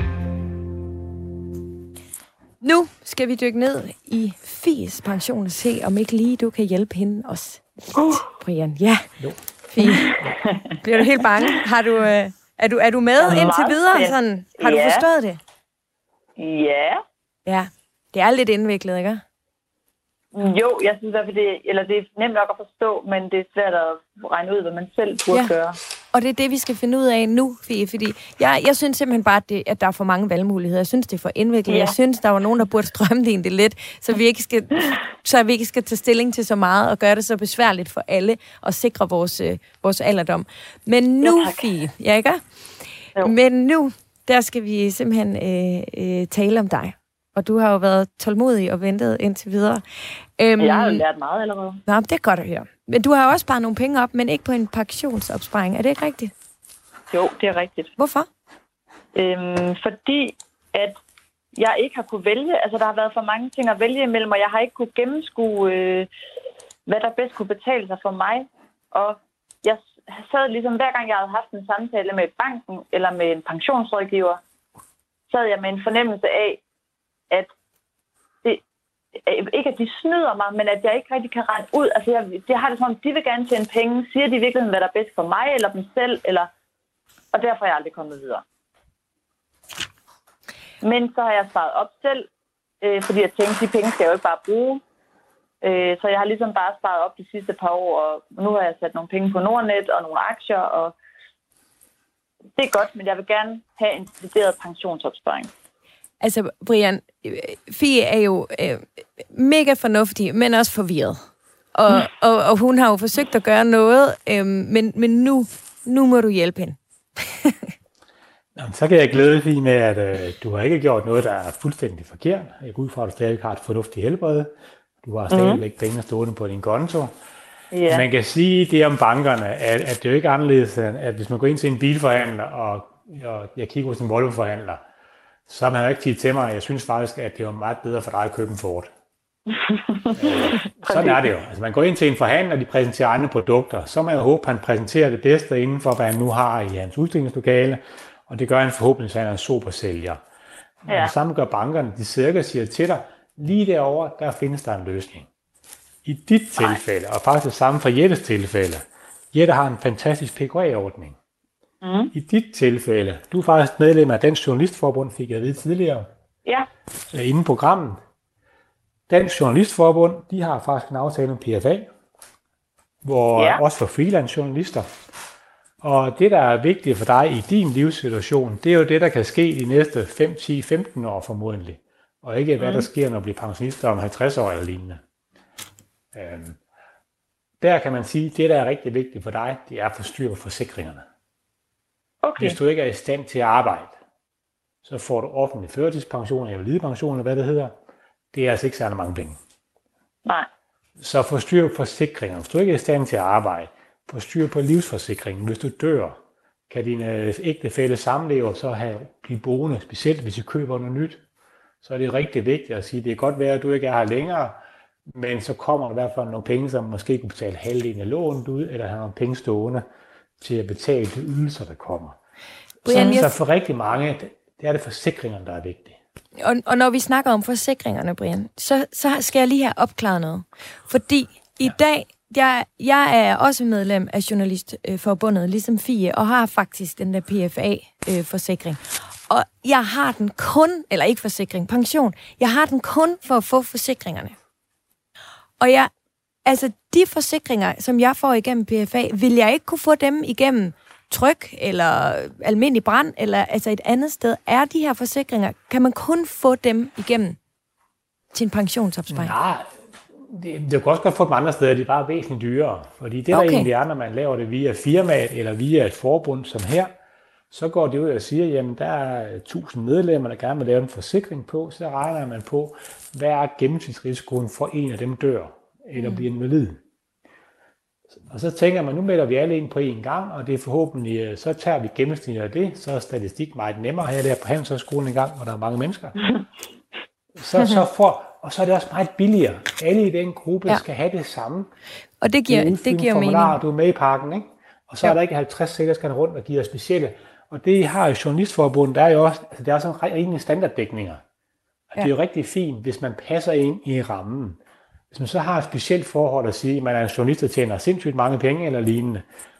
Speaker 2: Nu skal vi dykke ned i Fies pension og se, om ikke lige du kan hjælpe hende også. Uh. Brian, ja.
Speaker 3: Jo.
Speaker 2: Fint. Bliver du helt bange? Har du, øh, Er du, er du med
Speaker 5: Jeg er
Speaker 2: indtil
Speaker 5: meget
Speaker 2: videre?
Speaker 5: spændt.
Speaker 2: Sådan? Har du
Speaker 5: Ja.
Speaker 2: forstået det?
Speaker 5: Ja.
Speaker 2: Ja. Det er lidt indviklet, ikke?
Speaker 5: Jo, jeg synes i hvert fald, det, eller det er nemt nok at forstå, men det er svært at regne ud, hvad man selv burde
Speaker 2: Ja.
Speaker 5: gøre.
Speaker 2: Og det er det, vi skal finde ud af nu, Fie, fordi jeg, jeg synes simpelthen bare, at, det, at der er for mange valgmuligheder. Jeg synes, det er for indviklet. Ja. Jeg synes, der var nogen, der burde strømme det ind det lidt, så vi, ikke skal, så vi ikke skal tage stilling til så meget og gøre det så besværligt for alle og sikre vores, øh, vores alderdom. Men nu,
Speaker 5: Ja,
Speaker 2: Fie, ja, ikke?
Speaker 5: Jo.
Speaker 2: Men nu, der skal vi simpelthen øh, øh, tale om dig. Og du har jo været tålmodig og ventet indtil videre. Øhm,
Speaker 5: Jeg har jo lært meget allerede.
Speaker 2: Nå, det er godt at høre. Men du har jo også sparet nogle penge op, men ikke på en pensionsopsparing. Er det ikke rigtigt?
Speaker 5: Jo, det er rigtigt.
Speaker 2: Hvorfor?
Speaker 5: Øhm, fordi at jeg ikke har kunne vælge, altså der har været for mange ting at vælge imellem, og jeg har ikke kunne gennemskue, øh, hvad der bedst kunne betale sig for mig. Og jeg sad ligesom, hver gang jeg havde haft en samtale med banken eller med en pensionsrådgiver, sad jeg med en fornemmelse af, at det, ikke at de snyder mig, men at jeg ikke rigtig kan regne ud. Altså jeg, jeg har det som om, de vil gerne tjene penge. Siger de i virkeligheden, hvad der er bedst for mig eller dem selv? Eller, og derfor er jeg aldrig kommet videre. Men så har jeg sparet op selv, øh, fordi jeg tænkte, de penge skal jeg jo ikke bare bruge. Øh, så jeg har ligesom bare sparet op de sidste par år, og nu har jeg sat nogle penge på Nordnet og nogle aktier. Og det er godt, men jeg vil gerne have en decideret pensionsopsparing.
Speaker 2: Altså, Brian, Fie er jo øh, mega fornuftig, men også forvirret. Og, mm. og, og hun har jo forsøgt at gøre noget, øh, men, men nu, nu må du hjælpe hende.
Speaker 3: Jamen, så kan jeg glæde Fie med, at øh, du har ikke gjort noget, der er fuldstændig forkert. Jeg går ud fra, at du stadig har et fornuftigt helbred. Du har stadigvæk mm. penge stående på din konto. Yeah. Man kan sige det om bankerne, at, at det er jo ikke anderledes, at hvis man går ind til en bilforhandler, og, og jeg kigger hos en Volvo-forhandler, så har man jo ikke tid til mig. Jeg synes faktisk, at det er meget bedre for dig at købe en Ford. øh, sådan er det jo. Altså, man går ind til en forhandler, og de præsenterer egne produkter. Så må man jo håbe, at han præsenterer det bedste inden for, hvad han nu har i hans udstillingslokale. Og det gør han forhåbentlig, så han er en super sælger. Ja. Og det samme gør bankerne. De sidder og siger til dig, lige derovre, der findes der en løsning. I dit tilfælde, og faktisk det samme for Jettes tilfælde. Jette har en fantastisk P K A-ordning. Mm. I dit tilfælde, du er faktisk medlem af Dansk Journalistforbund, fik jeg at vide tidligere.
Speaker 5: Ja.
Speaker 3: Inden programmet. Dansk Journalistforbund, de har faktisk en aftale med P F A, hvor ja. Også for freelance journalister. Og det, der er vigtigt for dig i din livssituation, det er jo det, der kan ske de næste fem, ti, femten år formodentlig. Og ikke hvad der sker, når du bliver pensionist om halvtreds år eller lignende. Øhm, der kan man sige, at det, der er rigtig vigtigt for dig, det er at få styr på forsikringerne. Okay. Hvis du ikke er i stand til at arbejde, så får du offentlig førtidspension eller lidepension, eller hvad det hedder. Det er altså ikke særlig mange penge.
Speaker 5: Nej.
Speaker 3: Så få styr på forsikringerne. Hvis du ikke er i stand til at arbejde, få styr på livsforsikringen. Hvis du dør, kan din ægtefælle samlever så have blive boende, specielt hvis I køber noget nyt. Så er det rigtig vigtigt at sige, at det kan godt være, at du ikke er her længere, men så kommer der i hvert fald nogle penge, som måske kunne betale halvdelen af lånet ud, eller have nogle penge stående til at betale de ydelser, der kommer. Brian, så for rigtig mange, det er det forsikringerne, der er vigtige.
Speaker 2: Og, og når vi snakker om forsikringerne, Brian, så, så skal jeg lige have opklaret noget. Fordi ja. i dag, jeg, jeg er også medlem af Journalistforbundet, ligesom Fie, og har faktisk den der P F A-forsikring. Og jeg har den kun, eller ikke forsikring, pension, jeg har den kun for at få forsikringerne. Og jeg, altså de forsikringer, som jeg får igennem P F A, vil jeg ikke kunne få dem igennem tryk eller almindelig brand, eller altså et andet sted. Er de her forsikringer, kan man kun få dem igennem til en pensionsopsparing?
Speaker 3: Nej, det, det kan også godt få dem andre steder, de er bare væsentligt dyrere. Fordi det, der okay. egentlig er, når man laver det via firmaet eller via et forbund som her, så går det ud og siger, jamen der er tusind medlemmer, der gerne vil lave en forsikring på, så regner man på, hvad er gennemsnitsrisikoen for en af dem dør, eller mm. bliver invalid. Og så tænker man, nu melder vi alle ind på én gang, og det er forhåbentlig, så tager vi gennemsnittet af det, så er statistik meget nemmere her der på Handelshøjskolen en gang, hvor der er mange mennesker. Så, så for, og så er det også meget billigere. Alle i den gruppe ja. skal have det samme.
Speaker 2: Og det giver, det giver mening.
Speaker 3: Du er med i pakken, ikke? Og så ja. er der ikke halvtreds sækker, der skal rundt og give specielle. Og det har jo Journalistforbundet, der er jo også, altså der er sådan rimelig standarddækninger. Og ja. det er jo rigtig fint, hvis man passer ind i rammen. Hvis man så har et specielt forhold at sige, at man er en journalist, der tjener sindssygt mange penge eller lignende,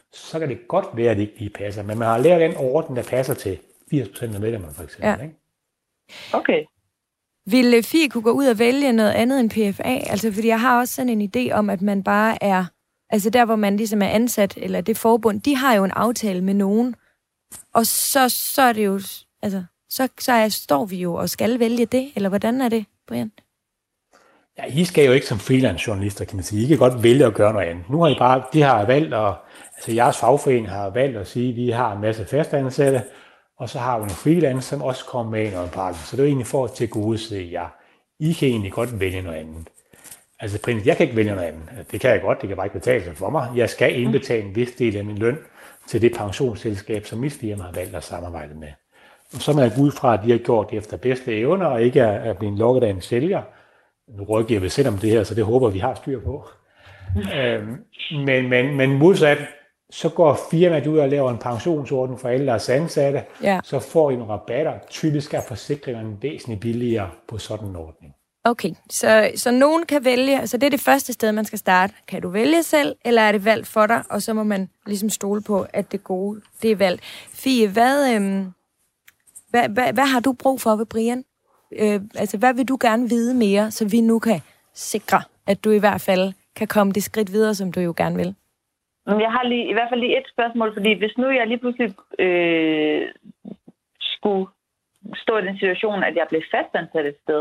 Speaker 3: så kan det godt være, at det ikke lige passer. Men man har lavet den orden, der passer til firs procent af medlemmerne, for eksempel. Ja. Ikke?
Speaker 5: Okay.
Speaker 2: Vil Fie kunne gå ud og vælge noget andet end P F A? Altså, fordi jeg har også sådan en idé om, at man bare er... Altså der, hvor man ligesom er ansat, eller det forbund, de har jo en aftale med nogen. Og så, så er det jo... Altså, så, så er, står vi jo og skal vælge det, eller hvordan er det, Brian?
Speaker 3: Ja, I skal jo ikke som freelance journalister, kan man sige. I kan godt vælge at gøre noget andet. Nu har I bare... De har valgt at... Altså jeres fagforening har valgt at sige, at vi har en masse fastansatte, og så har vi nogle freelance, som også kommer med i noget pakke. Så det er jo egentlig for at tilgodese jer. I kan egentlig godt vælge noget andet. Altså prins, jeg kan ikke vælge noget andet. Det kan jeg godt, det kan bare ikke betale sig for mig. Jeg skal indbetale en vis del af min løn til det pensionsselskab, som mit firma har valgt at samarbejde med. Og så må jeg gå ud fra, at de har gjort det efter bedste evner, og ikke er blevet lukket af en sælger. Nu rådgiver vi selv om det her, så det håber vi har styr på. øhm, men, men, men modsat, så går firmaet ud og laver en pensionsordning for alle deres ansatte, ja. Så får I nogle rabatter. Typisk er forsikringerne væsentligt billigere på sådan en ordning.
Speaker 2: Okay, så, så nogen kan vælge, altså det er det første sted, man skal starte. Kan du vælge selv, eller er det valgt for dig, og så må man ligesom stole på, at det gode, det er valgt. Fie, hvad, øhm, hvad, hvad, hvad har du brug for ved Brian? Øh, altså, hvad vil du gerne vide mere, så vi nu kan sikre, at du i hvert fald kan komme det skridt videre, som du jo gerne vil?
Speaker 5: Jeg har lige, i hvert fald lige et spørgsmål, fordi hvis nu jeg lige pludselig øh, skulle stå i den situation, at jeg blev fastansat et sted,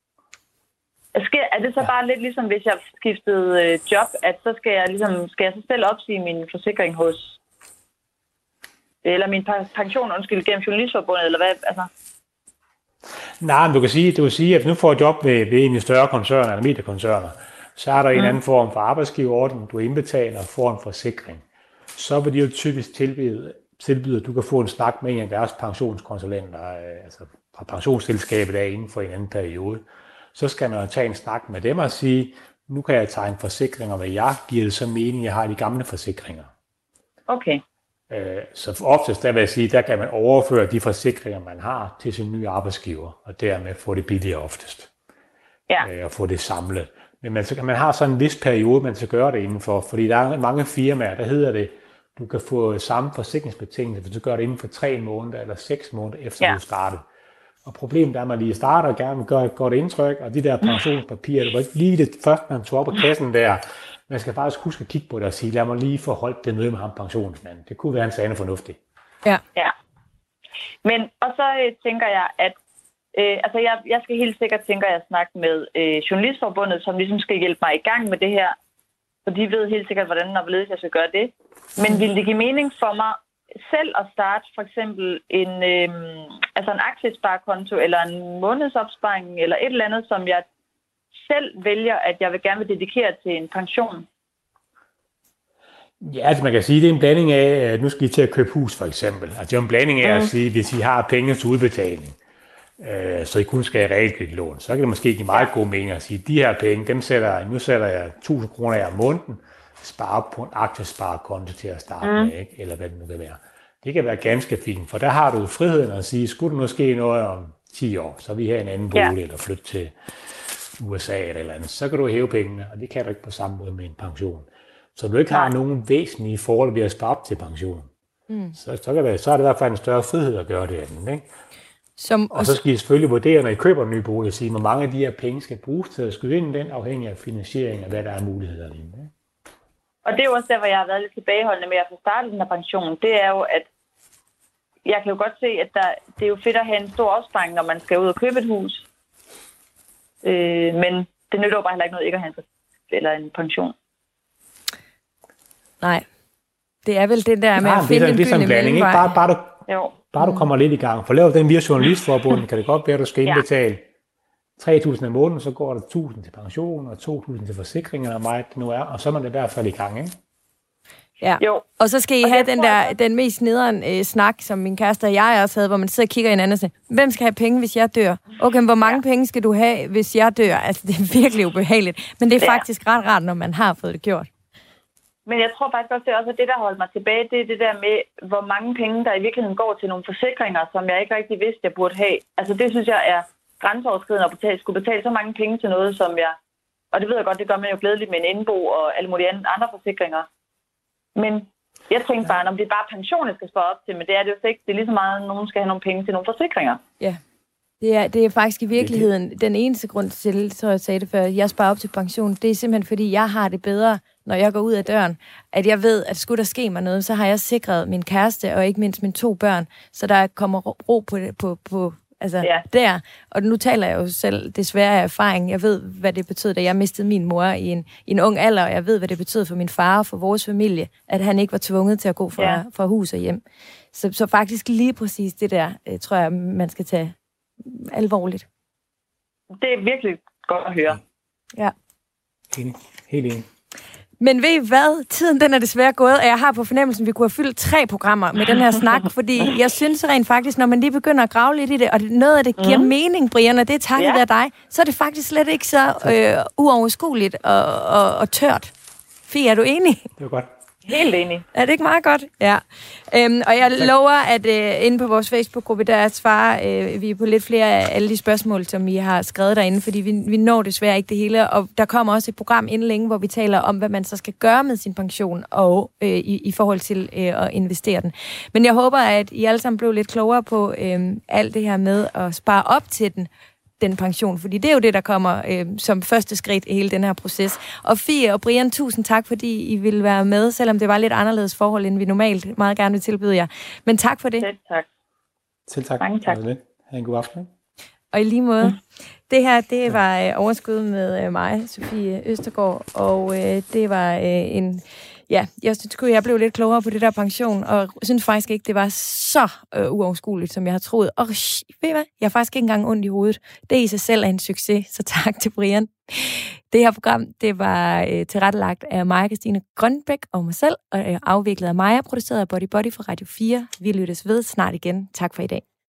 Speaker 5: er det så bare lidt ligesom, hvis jeg skiftede øh, job, at så skal jeg, ligesom, skal jeg så selv opsige min forsikring hos, eller min pension, undskyld, gennem Journalistforbundet, eller hvad, altså?
Speaker 3: Nej, men du kan sige, du kan sige, at nu får et job ved, ved en af større koncerner, eller mediekoncerner, så er der mm. en anden form for arbejdsgiverordning, du indbetaler og får en forsikring. Så vil de jo typisk tilbyde, tilbyde, at du kan få en snak med en af deres pensionskonsulenter, altså fra pensionsselskabet der inden for en anden periode. Så skal man jo tage en snak med dem og sige, nu kan jeg tegne forsikringer med jer, giver det så mening, jeg har de gamle forsikringer.
Speaker 5: Okay.
Speaker 3: Så oftest, der vil jeg sige, der kan man overføre de forsikringer, man har, til sin nye arbejdsgiver, og dermed få det billigere oftest. Ja. Og få det samlet. Men man, så kan man have sådan en vis periode, man skal gøre det indenfor, fordi der er mange firmaer, der hedder det, du kan få samme forsikringsbetingelse, hvis du gør det inden for tre måneder eller seks måneder efter ja. Du startede. Og problemet er, at man lige starter og gerne vil gøre et godt indtryk, og de der pensionspapirer, det var ikke lige det første, man tog op af kassen der. Man skal faktisk huske at kigge på det og sige, lad mig lige få holdt det møde med ham pensionsmanden. Det kunne være en sande fornuftigt.
Speaker 5: Ja. ja. Men, og så øh, tænker jeg, at øh, altså jeg, jeg skal helt sikkert tænker jeg at snakke med øh, Journalistforbundet, som ligesom skal hjælpe mig i gang med det her. For de ved helt sikkert, hvordan og hvorledes jeg skal gøre det. Men vil det give mening for mig selv at starte for eksempel en, øh, altså en aktiesparekonto eller en månedsopsparing eller et eller andet, som jeg selv vælger, at jeg vil gerne vil dedikere til en pension?
Speaker 3: Ja, altså man kan sige, at det er en blanding af, at nu skal I til at købe hus for eksempel. Altså det er en blanding af mm. at sige, hvis I har penge til udbetaling, øh, så I kun skal have realkreditlån, så kan det måske give meget god mening at sige, at de her penge, dem sætter, nu sætter jeg tusind kroner af om måneden, spare op på en aktiesparekonto til at starte mm. med, ikke? Eller hvad det nu kan være. Det kan være ganske fint, for der har du friheden at sige, skulle der nu ske noget om ti år, så vi har en anden bolig ja. Eller flytte til U S A eller eller andet, så kan du hæve pengene, og det kan du ikke på samme måde med en pension. Så du ikke har Nej. Nogen væsentlige forhold ved at spare op til pension. Mm. Så, så, kan det, så er det i hvert fald en større frihed at gøre det andet, ikke? Som, og så skal I selvfølgelig vurdere, når I køber en ny bolig, og sige, hvor mange af de her penge skal bruges til at skyde ind den, afhængig af finansiering og hvad der er muligheder i. Ikke?
Speaker 5: Og det er jo også der, hvor jeg har været lidt tilbageholdende med at få startet den her pension. Det er jo, at jeg kan jo godt se, at der, det er jo fedt at have en stor opsparing, når man skal ud og købe et hus. Øh, men det nytter jo bare heller ikke noget ikke at have en, eller en pension.
Speaker 2: Nej, det er vel det der med
Speaker 3: ja,
Speaker 2: at finde en
Speaker 3: gyldne mellemvej. Bare, bare, du,
Speaker 5: jo.
Speaker 3: bare du kommer lidt i gang. For lav den via Journalistforbundet, kan det godt være, at du skal indbetale tre tusind om måneden, så går der tusind til pension og to tusind til forsikringer og meget det nu er, og så er man i hvert fald i gang, ikke?
Speaker 2: Ja, jo. Og så skal I og have den der jeg... den mest nederen øh, snak, som min kæreste og jeg også havde, hvor man sidder og kigger hinanden og siger, hvem skal have penge, hvis jeg dør? Okay, men hvor mange ja. Penge skal du have, hvis jeg dør? Altså, det er virkelig ubehageligt. Men det er ja. Faktisk ret rart, når man har fået det gjort.
Speaker 5: Men jeg tror faktisk også, det er også det, der holdt mig tilbage, det er det der med, hvor mange penge, der i virkeligheden går til nogle forsikringer, som jeg ikke rigtig vidste, jeg burde have. Altså, det synes jeg er grænseoverskridende at betale, skulle betale så mange penge til noget, som jeg... Og det ved jeg godt, det gør man jo glædeligt med en indbo og alle mulige andre forsikringer. Men Jeg tænkte bare, om det er bare pension, jeg skal spare op til, men det er det jo ikke. Det er lige så meget, at nogen skal have nogle penge til nogle forsikringer.
Speaker 2: Ja. Det er, det er faktisk i virkeligheden den eneste grund til, så jeg sagde det før, jeg sparer op til pension. Det er simpelthen, fordi jeg har det bedre, når jeg går ud af døren. At jeg ved, at skulle der ske mig noget, så har jeg sikret min kæreste, og ikke mindst mine to børn. Så der kommer ro på, på, på altså ja. der. Og nu taler jeg jo selv desværre af erfaring. Jeg ved, hvad det betød, da jeg mistede min mor i en, i en ung alder, og jeg ved, hvad det betød for min far og for vores familie, at han ikke var tvunget til at gå fra, ja. fra hus og hjem. Så, så faktisk lige præcis det der, tror jeg, man skal tage alvorligt.
Speaker 5: Det er virkelig godt at høre.
Speaker 2: Ja.
Speaker 3: Enig. Helt enig.
Speaker 2: Men ved I hvad? Tiden den er desværre gået, og jeg har på fornemmelsen, at vi kunne have fyldt tre programmer med den her snak, fordi jeg synes rent faktisk, når man lige begynder at grave lidt i det, og noget af det giver mm. mening, Brian, og det er takket ja. af dig, så er det faktisk slet ikke så øh, uoverskueligt og, og, og tørt. Fie, er du enig?
Speaker 3: Det var godt.
Speaker 5: Helt enig.
Speaker 2: Er det ikke meget godt? Ja. Øhm, og jeg lover, at øh, inde på vores Facebook-gruppe, der svarer øh, vi på lidt flere af alle de spørgsmål, som I har skrevet derinde, fordi vi, vi når desværre ikke det hele. Og der kommer også et program inden længe, hvor vi taler om, hvad man så skal gøre med sin pension og øh, i, i forhold til øh, at investere den. Men jeg håber, at I alle sammen blev lidt klogere på øh, alt det her med at spare op til den. den pension, fordi det er jo det, der kommer øh, som første skridt i hele den her proces. Og Fie og Brian, tusind tak, fordi I ville være med, selvom det var lidt anderledes forhold, end vi normalt meget gerne vil tilbyde jer. Men tak for det.
Speaker 5: Selv tak.
Speaker 3: Selv tak.
Speaker 5: Mange tak.
Speaker 3: Ha' en god aften.
Speaker 2: Og i lige måde. Mm. Det her, det var øh, overskud med øh, mig, Sofie Østergaard, og øh, det var øh, en... Ja, jeg synes, jeg blev lidt klogere på det der pension, og synes faktisk ikke, det var så øh, uoverskueligt, som jeg har troet. Og ved I hvad? Jeg har faktisk ikke engang ondt i hovedet. Det i sig selv er en succes, så tak til Brian. Det her program, det var øh, tilrettelagt af Maja Christine Grønbæk og mig selv, og øh, afviklet af Maja, produceret af Body Body for Radio fire. Vi lyttes ved snart igen. Tak for i dag.